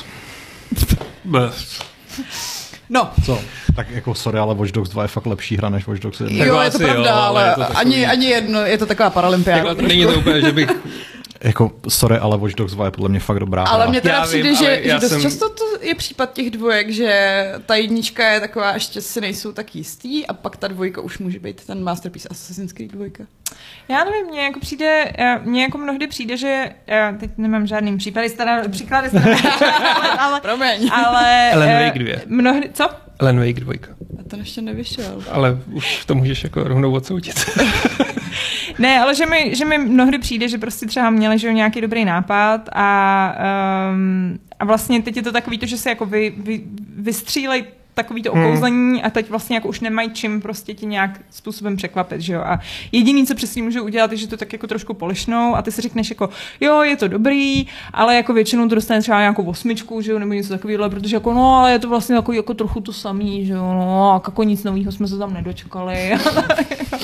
No. Co? Tak jako sorry, ale Watch Dogs dva je fakt lepší hra než Watch Dogs jedna. Jo, je to pravda, jo, ale, ale je to ani, ani jedno, je to taková paralympiáda. Není to úplně, že bych... Jako, sorry, ale Watch Dogs dva je podle mě fakt dobrá hra. Ale mně teda já přijde, vím, že, že dost jsem... často to je případ těch dvojek, že ta jednička je taková, ještě si nejsou tak jistý a pak ta dvojka už může být ten masterpiece Assassin's Creed dvojka. Já nevím, mně jako přijde, mně jako mnohdy přijde, že já teď nemám žádný příklady, stará, příklady stará, ale, Promiň. ale Alan Wake dva. Mnohdy, co? Alan Wake dva. A ten ještě nevyšel. Ale už to můžeš jako rovnou odsoudit. Ne, ale že mi, že mi mnohdy přijde, že prostě třeba měli že nějaký dobrý nápad a, um, a vlastně teď je to takový to, že se jako vy, vy, vystřílej takový to okouzlení a teď vlastně jako už nemají čím prostě ti nějak způsobem překvapit, že jo. A jediný, co přesně můžou udělat, je, že to tak jako trošku polišnou a ty si řekneš jako, jo, je to dobrý, ale jako většinou to dostane třeba nějakou osmičku, že jo, nebo něco takového, protože jako no, ale je to vlastně jako, jako trochu to samý, že jo, no, jako nic nového jsme se tam nedočkali.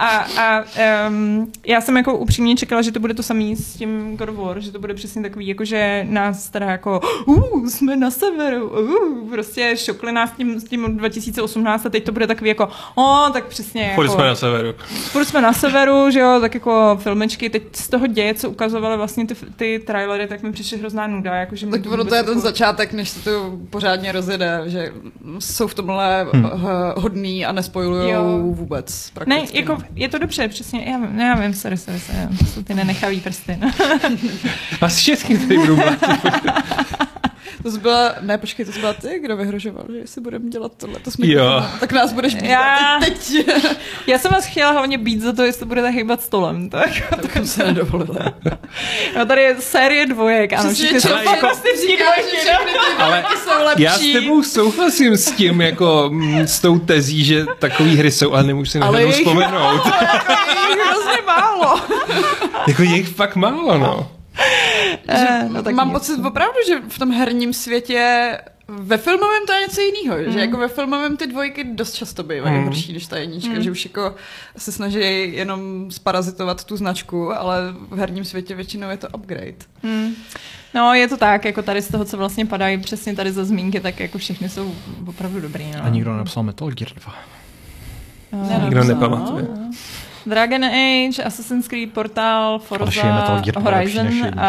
A, a um, já jsem jako upřímně čekala, že to bude to samý s tím God of War, že to bude přesně takový, jako že nás teda jako uh, jsme na severu, uh, prostě šokli nás tím, s tím dva tisíce osmnáct a teď to bude takový jako, o, tak přesně Furt jako... jsme na severu. Furt jsme na severu, že jo, tak jako filmečky, teď z toho děje, co ukazovaly vlastně ty, ty trailery, tak mi přišly hrozná nuda. Jako, že Tak ono to je ten jako... začátek, než se to pořádně rozjede, že jsou v tomhle hmm. hodný a nespojujou vůbec prakticky. Ne, jako je to dobře, přesně, já, já vím, sorry, sorry, sorry, to jsou ty nenechavý prsty. No. A s českým tady budu mlátit. To jsi byla, ne, počkej, to jsi byla ty, kdo vyhrožoval, že jestli budeme dělat tohle, to jsme jo. Dělat, tak nás budeš být já... teď, teď. Já jsem vás chtěla hlavně být za to, jestli budete hýbat stolem, tak. To bychom se nedovolili. No tady je série dvojek, ano, všichni jsou jako... fantastiční dvojky, ale jsou lepší. Já s tebou souhlasím s tím, jako m, s tou tezí, že takový hry jsou, ale nemůžu si na jednou vzpomenout. Ale je jich hrozně málo. Jako je jich fakt málo, no. Že no, tak mám nic. Pocit opravdu, že v tom herním světě ve filmovém to je něco jiného, mm. že jako ve filmovém ty dvojky dost často bývají mm. horší než ta jednička, mm. že už jako se snaží jenom sparazitovat tu značku, ale v herním světě většinou je to upgrade. Mm. No, je to tak, jako tady z toho, co vlastně padají přesně tady za zmínky, tak jako všechny jsou opravdu dobrý. No. A nikdo nepsal Metal Gear dva. No, nikdo nepamatuje. No. Dragon Age, Assassin's Creed, Portal, Forza, Horizon, uh, uh,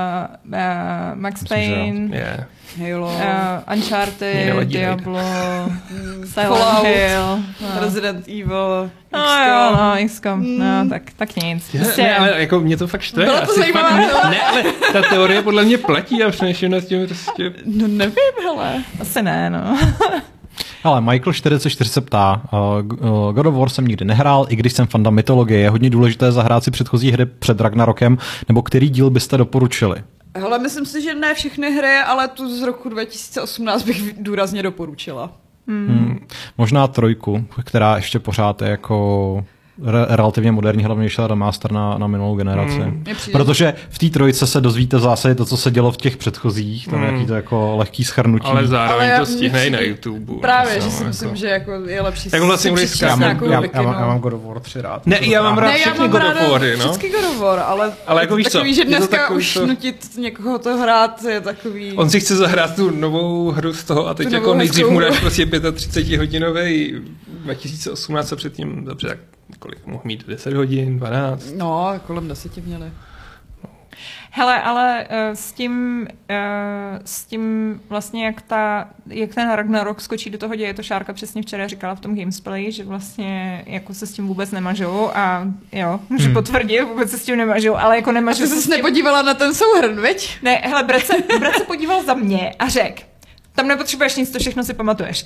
Max Payne, yeah. Halo, uh, Uncharted, Diablo, Silent Hill, no. Resident Evil, no, jo, no, X COM, mm. no, tak, tak nic. Ne, ne, ale jako mě to fakt štve. Bylo to zajímavé. Ne, ale ta teorie podle mě platí a přemýšlím nad tím prostě... No nevím, hele. Asi ne, no. Ale Michael čtyřicet čtyři se ptá, uh, God of War jsem nikdy nehrál, i když jsem fanda mytologie, je hodně důležité zahrát si předchozí hry před Ragnarokem, nebo který díl byste doporučili? Hele, myslím si, že ne všechny hry, ale tu z roku dva tisíce osmnáct bych důrazně doporučila. Hmm. Hmm. Možná trojku, která ještě pořád je jako... Re- relativně moderní, hlavně vyšel remaster na, na minulou generaci. Mm. Protože v té trojce se dozvíte v zásadě to, co se dělo v těch předchozích, tam mm. nějaký to jako lehký shrnutí. Ale zároveň ale to stihne i na YouTube. Právě, že si jako... myslím, že jako je lepší tak vlastně si přečíst nějakou já, já, já mám God of War tři rád. Ne, já mám rád ne, všechny God of Wary, no. Všechny God of War, ale, ale jako víš takový, co? že dneska takový, už to... nutit někoho to hrát je takový... On si chce zahrát tu novou hru z toho a teď jako nejdřív mu dáš prostě třicet pět hodinový dva tisíce osmnáct a předtím, dobře, tak kolik mohl mít, deset hodin, dvanáct? No, kolem deseti měli. Hele, ale uh, s tím, uh, s tím vlastně, jak, ta, jak ten Ragnarok skočí do toho děje, to Šárka přesně včera říkala v tom Gamesplay, že vlastně jako se s tím vůbec nemažou a jo, můžu hmm. potvrdit, vůbec se s tím nemažou, ale jako nemažou. A ty se jsi s tím... nepodívala na ten souhrn, viď? Ne, hele, brat se, brat se podíval za mě a řekl, tam nepotřebuješ nic, to všechno si pamatuješ.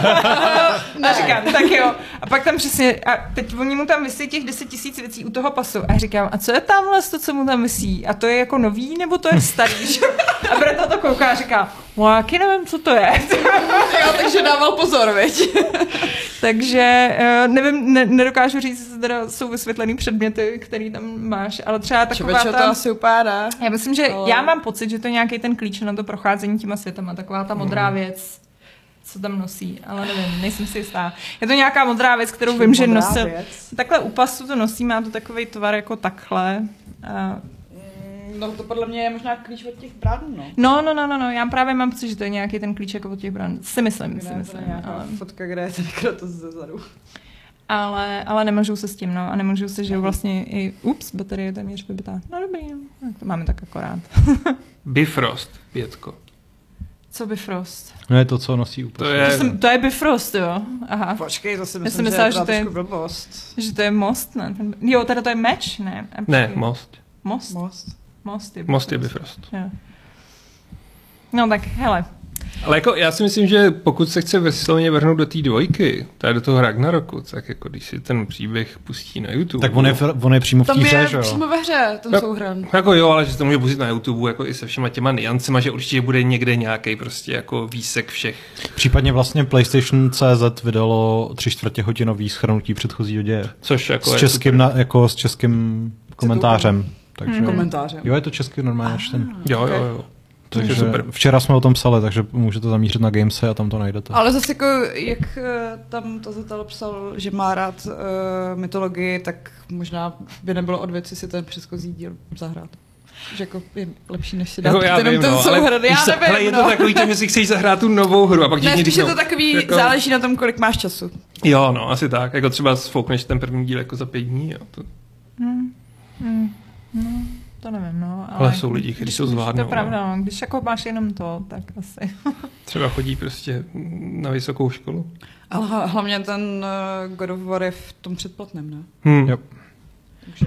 A říkám, tak jo. A pak tam přesně, a teď oni mu tam vysí těch deset tisíc věcí u toho pasu. A říkám, a co je tamhle to, co mu tam vysí? A to je jako nový, nebo to je starý? A brat na to kouká a říká, já nevím, co to je. Jo, takže dával pozor, viď? Takže nevím, ne, nedokážu říct, že teda jsou vysvětlený předměty, který tam máš, ale třeba taková Čověče, ta... to asi upádá. Já myslím, že ale... já mám pocit, že to je nějaký ten klíč na to procházení těma světama, taková ta modrá věc, co tam nosí, ale nevím, nejsem si jistá. Je to nějaká modrá věc, kterou Čím vím, že nosil. Věc? Takhle u pasu to nosí, má to takový tvar jako takhle. A... No to podle mě je možná klíč od těch brán, no. No, no, no, no, no, já právě mám pocit, že to je nějaký ten klíč jako od těch brán. Si myslím, kde si myslím. Ale... fotka, kde je ten to zezadu. Ale, ale nemůžu se s tím, no, a nemůžu se, že vlastně i, ups, baterie je téměř vybitá. No dobrý, no, tak to máme tak akorát. Bifrost, pětko. Co Bifrost? No je to, co nosí úplně. To je, to, jsem, to je Bifrost, jo. Aha. Počkej, to si myslím, jsem myslela, že, že to je blbost. Že to je most, ne? Jo, teda to je meč, ne? Ne, most. Most? Most. Most je Bifrost. Most je Bifrost. Jo. No tak, hele. Ale jako já si myslím, že pokud se chce vysloveně vrhnout do té dvojky, tady do toho Ragnaroku, tak jako když si ten příběh pustí na YouTube. Tak on je, on je přímo v té hře, že jo? Tam je přímo ve hře, ten no, souhrn. Jako jo, ale že to může pustit na YouTube jako i se všema těma niancema, že určitě bude někde nějaký prostě jako výsek všech. Případně vlastně PlayStation C Z vydalo tři čtvrtě hodinový shrnutí předchozího děje. Což jako s českým, na, jako s českým komentářem. Takže hmm. Komentářem. Jo, je to český normálně čten. Jo, jo, jo. Takže super. včera jsme o tom psali, takže můžete zamířit na Gamesy a tam to najdete. Ale zase jako, jak eh, tam tazatel psal, že má rád uh, mytologii, tak možná by nebylo od věci si ten předchozí díl zahrát. Že jako je lepší, než si dát Jako já jenom vím, ten no, souhrn. ale Já se, nevím, hele, je to no. takový, že si chceš zahrát tu novou hru a pak ti Ne, někdy spíš je to řeknou, takový, jako, záleží na tom, kolik máš času. Jo, no, asi tak. Jako třeba sfoukneš ten první díl jako za pět dní. Jo. To... Hmm. Hmm. No, to nevím, no. Ale, Ale jsou lidi, kteří to zvládnou. To je pravda, no. Když jako máš jenom to, tak asi. Třeba chodí prostě na vysokou školu. Ale hla- hlavně ten uh, God of War je v tom předplatném, ne? Hmm. Jo. Takže.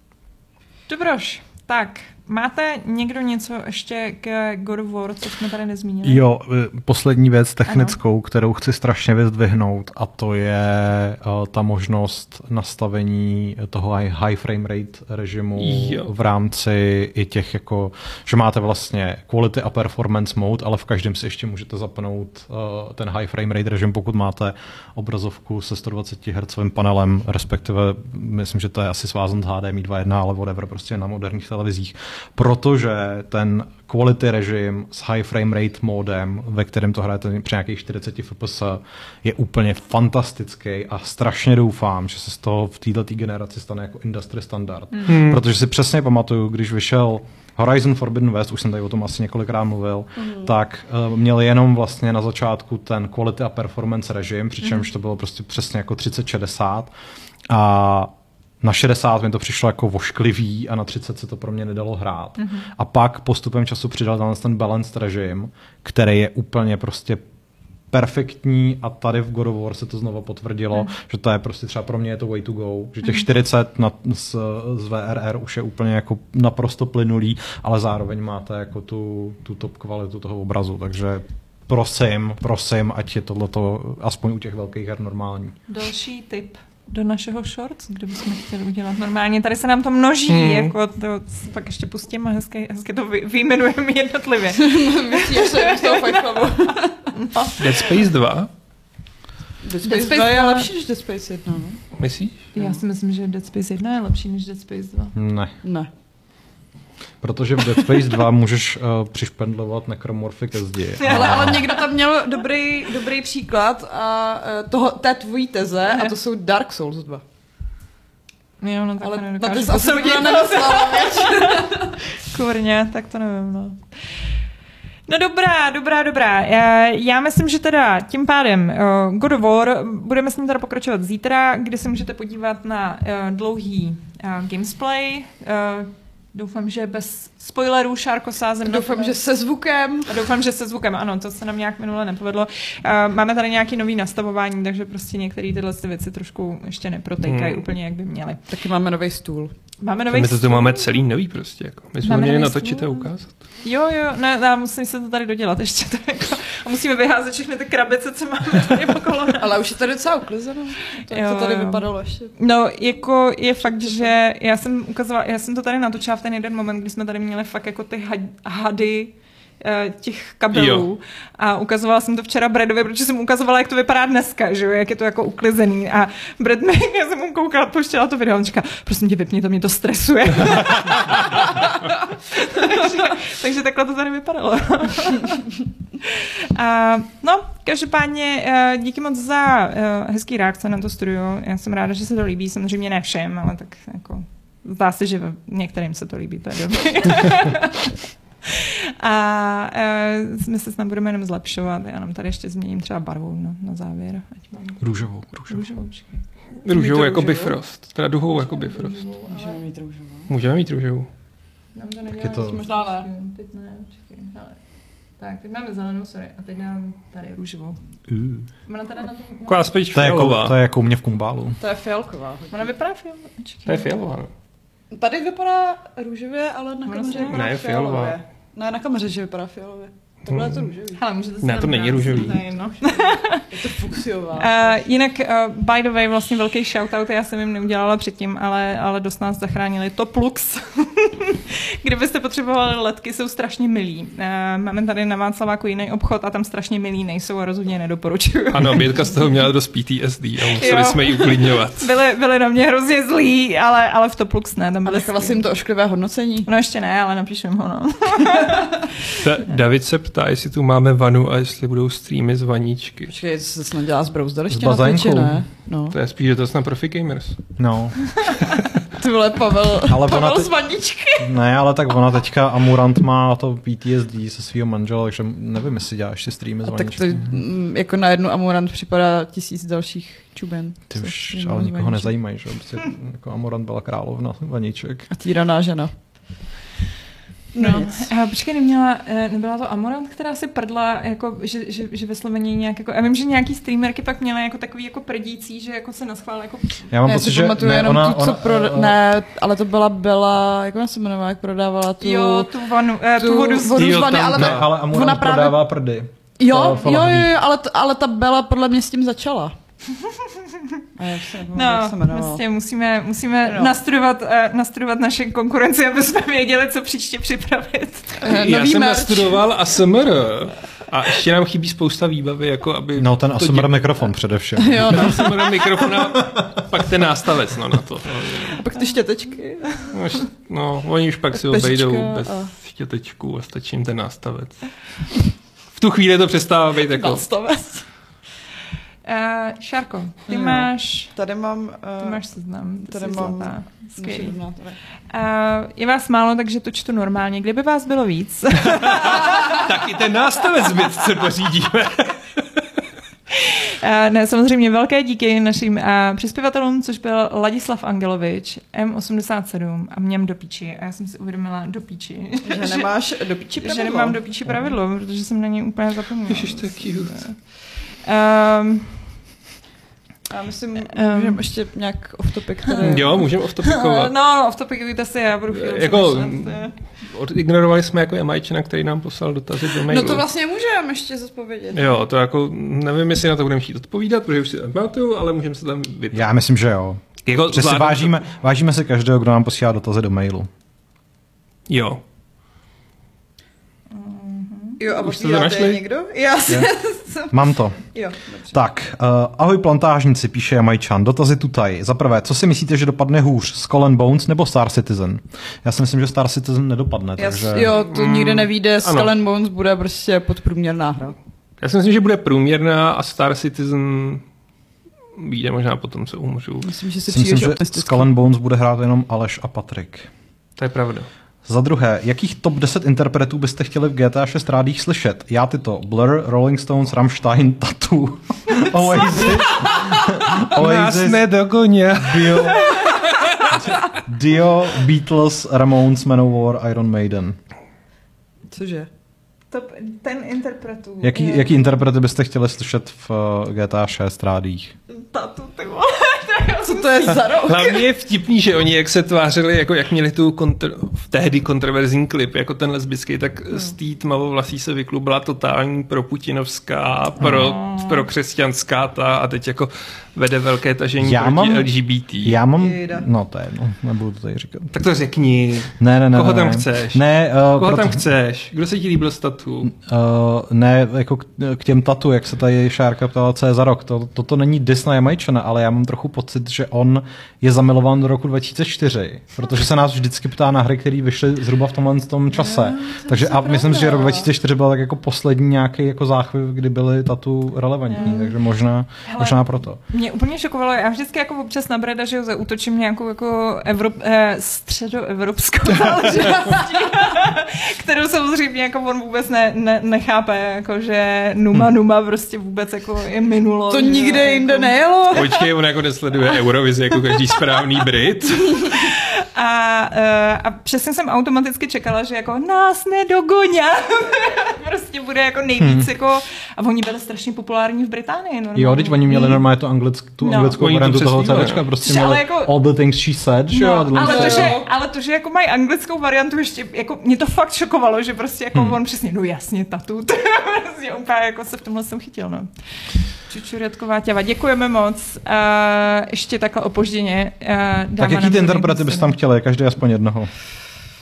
Dobroš, tak, máte někdo něco ještě k God of War, co jsme tady nezmínili? Jo, poslední věc technickou, ano. kterou chci strašně vyzdvihnout, a to je uh, ta možnost nastavení toho high frame rate režimu jo. v rámci i těch jako, že máte vlastně quality a performance mode, ale v každém si ještě můžete zapnout uh, ten high frame rate režim, pokud máte obrazovku se sto dvacet hertzovým panelem, respektive myslím, že to je asi svázan s H D M I dva tečka jedna, ale whatever, prostě na moderních televizích. Protože ten quality režim s high frame rate modem, ve kterém to hrajete při nějakých čtyřicet F P S, je úplně fantastický a strašně doufám, že se z toho v této generaci stane jako industry standard. Mm. Protože si přesně pamatuju, když vyšel Horizon Forbidden West, už jsem tady o tom asi několikrát mluvil, mm. tak uh, měl jenom vlastně na začátku ten quality a performance režim, přičemž mm. to bylo prostě přesně jako třicet šedesát a na šedesát mi to přišlo jako vošklivý a na třicet se to pro mě nedalo hrát. Mm-hmm. A pak postupem času přidal tam ten balanced režim, který je úplně prostě perfektní a tady v God of War se to znovu potvrdilo, mm. že to je prostě třeba pro mě je to way to go, že těch mm. čtyřicet na, z, z V R R už je úplně jako naprosto plynulý, ale zároveň máte jako tu, tu top kvalitu toho obrazu, takže prosím, prosím, ať je tohleto aspoň u těch velkých her normální. Další tip do našeho shorts, kde bychom chtěli udělat normálně. Tady se nám to množí, mm. jako to pak ještě pustím a hezky, hezky to vy, vyjmenujeme jednotlivě. Myslíš, že jsem z toho fakt hlavu. No. Dead Space dva? Dead Space dva je lepší než Dead Space jedna, no? Myslíš? Já si myslím, že Dead Space jedna je lepší než Dead Space dva. Ne. Ne. Protože v Dead Space dva můžeš uh, přišpendlovat nekromorfy ke zdi. Ale, ale někdo tam měl dobrý, dobrý příklad a uh, toho, té tvojí teze a to jsou Dark Souls dva. Jo, no tak ale to na nedokážu to asi posoudit. nemyslela, Kurně, tak to nevím, no. No dobrá, dobrá, dobrá. Já, já myslím, že teda tím pádem uh, God of War, budeme s ním teda pokračovat zítra, kde se můžete podívat na uh, dlouhý uh, gamesplay. Uh, doufám, že bez spoilerů šárkosázem. Doufám, že se zvukem. A doufám, že se zvukem, ano, to se nám nějak minule nepovedlo. Uh, máme tady nějaký nový nastavování, takže prostě některé tyhle věci trošku ještě neprotejkají hmm. úplně, jak by měly. Taky máme nový stůl. Máme nový My stůl. to tu máme celý nový prostě. Jako. My jsme Máme měli nový natočit stůl? a ukázat. Jo, jo, ne, ne, musím se to tady dodělat ještě. To jako, a musíme vyházet všechny ty krabice, co máme tady okolo. Ale už je tady docela uklizeno. To, Jo, to tady jo. vypadalo ještě. No, jako je fakt, že já jsem ukazovala, já jsem to tady natočila v ten jeden moment, kdy jsme tady měli fakt jako ty had- hady eh, těch kabelů. Jo. A ukazovala jsem to včera Bradovi, protože jsem ukazovala, jak to vypadá dneska, že jo, jak je to jako uklizený. A Brad mi, já jsem mu koukala, pouštěla to video, on říká, prosím tě, vypni to, mě to stresuje. takže, takže takhle to tady vypadalo. A, no, každopádně díky moc za uh, hezký reakce na to studio. Já jsem ráda, že se to líbí, samozřejmě ne všem, ale tak jako zdá se, že některým se to líbí, to je dobré. A uh, my se snad budeme jenom zlepšovat. Já nám tady ještě změním třeba barvu na, na závěr. Ať mám... Růžovou. Růžovou. Růžovou, Růžovou jako Bifrost. Teda duhovou jako Bifrost. Můžeme mít růžovou. Můžeme mít růžovou. Nám to nedělá, je to- Možná ne. Teď ne, počkej. Ale. Tak, teď máme zelenou, sorry. A teď mám tady růžovou. Uh. Ona teda na tom... Taková spíš To je, jako, fialová. to je jako u mě v kumbálu. To je fialková. Ona vypadá fialová. To je fialová, no. Tady vypadá růžově, ale na Ona kameře se- vypadá Ne, fialově. fialová. Ne, na kameře, že vypadá fialově. Tohle je to růžový. Hele, můžete si Ne, to tam není dát. růžový. To je jedno. Je to fuksiová. Uh, jinak, uh, by the way, vlastně velký shoutout, já jsem jim neudělala předtím, ale, ale dost nás zachránili Toplux. Kdybyste potřebovali letky, jsou strašně milí. Uh, máme tady na Václaváku jiný obchod a tam strašně milí nejsou a rozhodně nedoporučuju. Ano, Bětka z toho měla dost P T S D a museli Jo. jsme ji uklidňovat. Byli, byli na mě hrozně zlí, ale, ale v Toplux ne. Tam A byli nechala jsem to ošklivé hodnocení. No ještě ne, ale napíšu jim ho, no. Ta, David se ptá, jestli tu máme vanu a jestli budou streamy z vaníčky. Počkej, to se snad dělá z browser ještě S na Twitchi, bazénkou. ne? No. To je spíš dost na Profi Gamers. No. Ty vole, Pavel, Ale ona Pavel te- z vaničky. Ne, ale tak ona teďka Amurant má to P T S D se svého manžela, takže nevím, jestli dělá ještě streamy z A tak to vaničky. mm, jako na jednu Amurant připadá tisíc dalších čuben. Ty co už streamují ale nikoho vaničky. nezajímají, že? Prostě jako Amurant byla královna vaniček. A týraná žena. No, nic. a počkej, neměla, eh, nebyla to Amorant, která si prdla, jako, že, že, že ve Slovení nějak, jako, já vím, že nějaký streamerky pak měly jako takový jako prdící, že jako se naschvál, jako, Já mám Ne, pocit, si že pamatuju ne, jenom ona, tu, co ona, pro... ona, Ne, ale to byla Bela, jak ona se jmenovala, jak prodávala tu... jo, tu vanu, eh, tu, tu vodu z vodu z Jo, vany, tam- ale, ne, ta, ale Amurant ona právě- prodává prdy. jo, to jo, jo, lahví. jo, ale, t- ale ta Bela podle mě s tím začala. A jak se, jak se No, jmenovala? prostě musíme, musíme No. nastudovat, uh, nastudovat naše konkurenci, aby jsme věděli, co příště připravit. Eh, Já nový jsem merch. nastudoval A S M R a ještě nám chybí spousta výbavy, jako aby... No ten to A S M R mikrofon především. Jo, no. A S M R mikrofon a pak ten nástavec, no na to. A pak ty štětečky. No, š- no oni už pak si Pečička obejdou bez a- štětečků a stačí jim ten nástavec. V tu chvíli to přestává být jako... Nastavec. Uh, Šárko, ty Jo. máš, Tady mám... ty Uh, máš seznam. Ty tady jsi mám zlatá. Skvělý. naše Uh, donátory. je vás málo, takže to čtu normálně. Kdyby vás bylo víc, Taky ten nástavec byt se pořídíme. Uh, ne, samozřejmě velké díky našim uh, přispěvatelům, což byl Ladislav Angelovič, M osmdesát sedm a Mňam do píči. A já jsem si uvědomila do píči. Že nemáš do píči že pravidlo. nemám do píči pravidlo, protože jsem na něj úplně zapomněla. Ježiš, to je cute. Um, Já myslím, Um, můžeme ještě nějak off topic tady. Jo, můžeme off-topikovat. no, off topicujte si, já budu chvíli Jako, přemýšlet. odignorovali jsme jako Jamajčina, který nám poslal dotazy do mailu. No to vlastně můžeme ještě zodpovědět. Jo, to jako, nevím, jestli na to budeme chtít odpovídat, protože už si pamatuju, ale můžeme se tam vyptat. Já myslím, že jo. Jako, Že si zvládnu- vážíme, vážíme si každého, kdo nám posílá dotazy do mailu. Jo. Jo, a Už jste to odpovídáte našli? někdo? Já si... Mám to. Jo, dobře. Tak, uh, ahoj plantážníci, píše Jamajčan. Dotazy tutaj. Za prvé, co si myslíte, že dopadne hůř? Skull and Bones nebo Star Citizen? Já si myslím, že Star Citizen nedopadne, Já, takže... Jo, to nikdy nevíde. ano. Skull and Bones bude prostě podprůměrná hra. Já si myslím, že bude průměrná a Star Citizen vyjde možná potom, co umřu. Myslím, že si Myslím, přijdeš že optimisticky. Skull and Bones bude hrát jenom Aleš a Patrik. To je pravda. Za druhé, jakých top deset interpretů byste chtěli v G T A šest rádích slyšet? Já tyto. Blur, Rolling Stones, Rammstein, Tattoo, Oasis, Oasis, nedokoně. Dio, Dio, Beatles, Ramones, Manowar, Iron Maiden. Cože? Top, ten interpretů. Jaký, je- jaký interprety byste chtěli slyšet v uh, G T A šest rádích? Tatu, ty vole. Co to je za rok? Hlavně je vtipný, že oni jak se tvářili, jako jak měli tu kontr- v tehdy kontroverzní klip, jako ten lesbický, tak Hmm. z té tmavovlasí se vyklubila totální proputinovská, pro, Hmm. pro křesťanská ta a teď jako vede velké tažení Já proti mám- L G B T. Já mám... Jejda. No to je jedno, nebudu to tady říkat. Tak to řekni. Ne, ne, ne. Koho ne, tam ne. chceš? Ne, uh, Koho proto, tam chceš? Kdo se ti líbil z Tatu? Uh, ne, jako k, k těm tatu, jak se tady Šárka ptala, co je za rok. To, toto není diss na Jamajčana, ale já mám trochu pocit, že on je zamilován do roku dva tisíce čtyři, protože se nás vždycky ptá na hry, které vyšly zhruba v tomhle tom čase. Takže a myslím si, že rok dva tisíce čtyři byl tak jako poslední nějaký jako záchvěv, kdy byly tatu relevantní, takže možná, Hele. možná proto. Mě úplně šokovalo, já vždycky jako občas na Breda, že ho zaútočím nějakou jako Evrop, eh, středoevropskou záležitostí, kterou samozřejmě jako on vůbec ne, ne, nechápe, jako že Numa Numa prostě vůbec jako je minulo. To že nikde jo, jinde jako... nejelo. Počkej, on jako nesleduje Eurovizi jako každý správný Brit. A, eh, a přesně jsem automaticky čekala, že jako nás nedogoňá. prostě bude jako nejvíc Hmm. jako... A oni byli strašně populární v Británii. Normálně. Jo, teď oni měli normálně to anglick, tu No. anglickou Oni to variantu toho přespívali, CDčka, no. prostě Což ale měli jako- All the Things She Said, že jo? a No, tohle ale, to- to, že, jo. ale to, že jako mají anglickou variantu ještě, jako mě to fakt šokovalo, že prostě jako Hmm. on přesně, no jasně, Tatu, to prostě úplně jako se v tomhle jsem chytil, no. Čučurětková těva, děkujeme moc. Uh, ještě takhle opožděně. Uh, Tak jaký ty interprety bys tam chtěli, každý aspoň jednoho?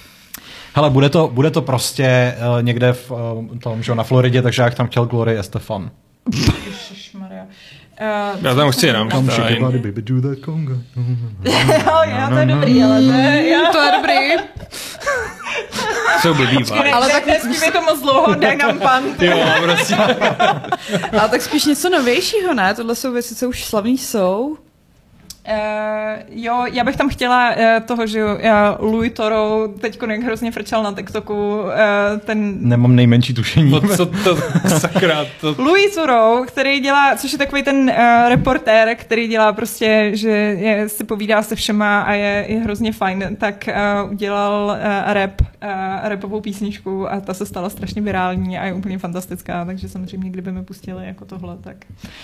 Hele, bude to, bude to prostě uh, někde v uh, tom, že na Floridě, takže jak tam chtěl Glory Estefan. Ježišmarja. Uh, Já tam chci jenom Come shake your body, baby, do that conga. jo, jo, to je dobrý, ale to je... Jo. To je dobrý. Jsou blbý, Ale, ale tak nespívej to moc dlouho, daj nám pan. Jo, prostě. Ale tak spíš něco novějšího, ne? Tohle jsou věci, co už slavný jsou. Uh, jo, já bych tam chtěla uh, toho, že uh, Louis Toro teď jak hrozně frčel na TikToku, uh, ten... Nemám nejmenší tušení. No co to, sakra, to... Louis Toro, který dělá, což je takový ten uh, reportér, který dělá prostě, že je, si povídá se všema a je, je hrozně fajn, tak uh, udělal uh, rap, uh, rapovou písničku a ta se stala strašně virální a je úplně fantastická, takže samozřejmě, kdyby mi pustili jako tohle, tak...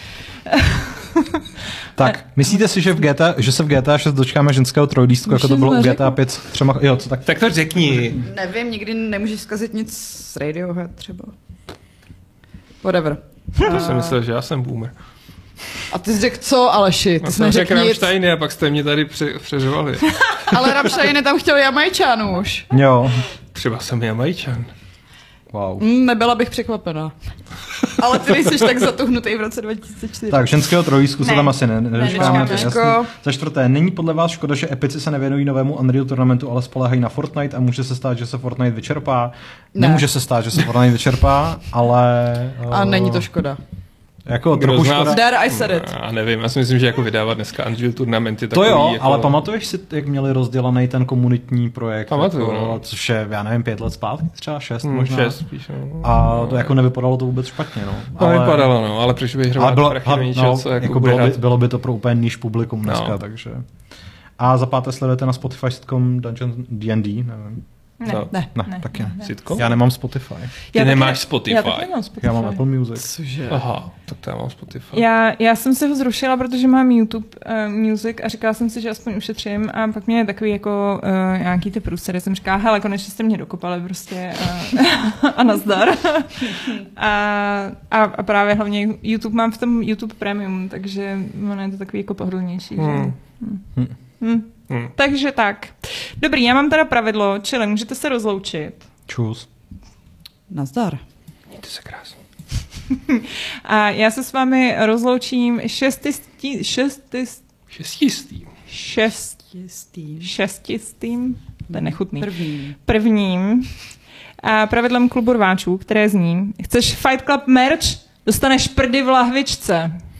Tak, myslíte si, že, v G T A, že se v G T A šest dočkáme ženského trojlístku, jako to bylo u G T A pět s třema... Jo, co tak? Tak to řekni. Nevím, nikdy nemůžeš zkazit nic z Radiohead třeba. Whatever. To jsem myslel, že já jsem boomer. A ty jsi řekl co, Aleši? Ty Já jsi jsem řekl neřekl nic. Rammsteiny a pak jste mě tady pře- přeřovali. Ale Rammsteiny tam chtěl Jamajčan už. Jo. Třeba jsem Jamajčan. Wow. Mm, nebyla bych překvapená. Ale ty nejsiš tak zatuhnutý v roce dva tisíce čtyři. Tak, ženského trojlístku se Ne. tam asi ne, nedočkáme. Ne, to je Těžko. jasný. Za čtvrté, není podle vás škoda, že Epici se nevěnují novému Unreal Tournamentu, ale spoléhají na Fortnite a může se stát, že se Fortnite vyčerpá? Ne. Nemůže se stát, že se Fortnite vyčerpá, ale... A není to škoda. Jako Kdo trochu z nás- škoda. There I said it. Já nevím, já si myslím, že jako vydávat dneska Unreal Tournamenty To takový, jo, jako... ale pamatuješ si, jak měli rozdělaný ten komunitní projekt? Pamatuju, jako, no. Což je, já nevím, pět let zpátky, třeba šest Hmm, možná. šest spíš, no. A to jako nevypadalo to vůbec špatně, no. To vypadalo, no, ale proč bych ale hrál bylo, prachy ha, do něčeho, no, co jako, jako bude bylo, by, hrát... bylo by to pro úplně níž publikum dneska, No. takže... A za páté sledujete na Spotify sitcom Dungeon D and D, nevím. Ne, No. Ne. Ne, ne, taky ne. ne. Sitcom? Já nemám Spotify. Ty Já nemáš taky- Spotify. Já taky nemám Spotify. Já mám Apple Music. Cože? Aha, tak to já mám Spotify. Já, já jsem se ho zrušila, protože mám YouTube uh, Music a říkala jsem si, že aspoň ušetřím a pak mě takový jako uh, nějaký ty průsery. Jsem říkala, hele, konečně jste mě dokopali prostě uh, a nazdar. a, a, a právě hlavně YouTube mám v tom YouTube Premium, takže ono je to takový jako pohodlnější. Hmm. Že? Hmm. Hmm. Hmm. Takže tak. Dobrý, já mám teda pravidlo, čili můžete se rozloučit. Čus. Nazdar. Mějte se krásně. A já se s vámi rozloučím šestistí, šestist, Šestistý. šest, Jistý. šestistým, to je nechutný, První. prvním a pravidlem klubu rváčů, které zní, chceš Fight Club merch, dostaneš prdy v lahvičce.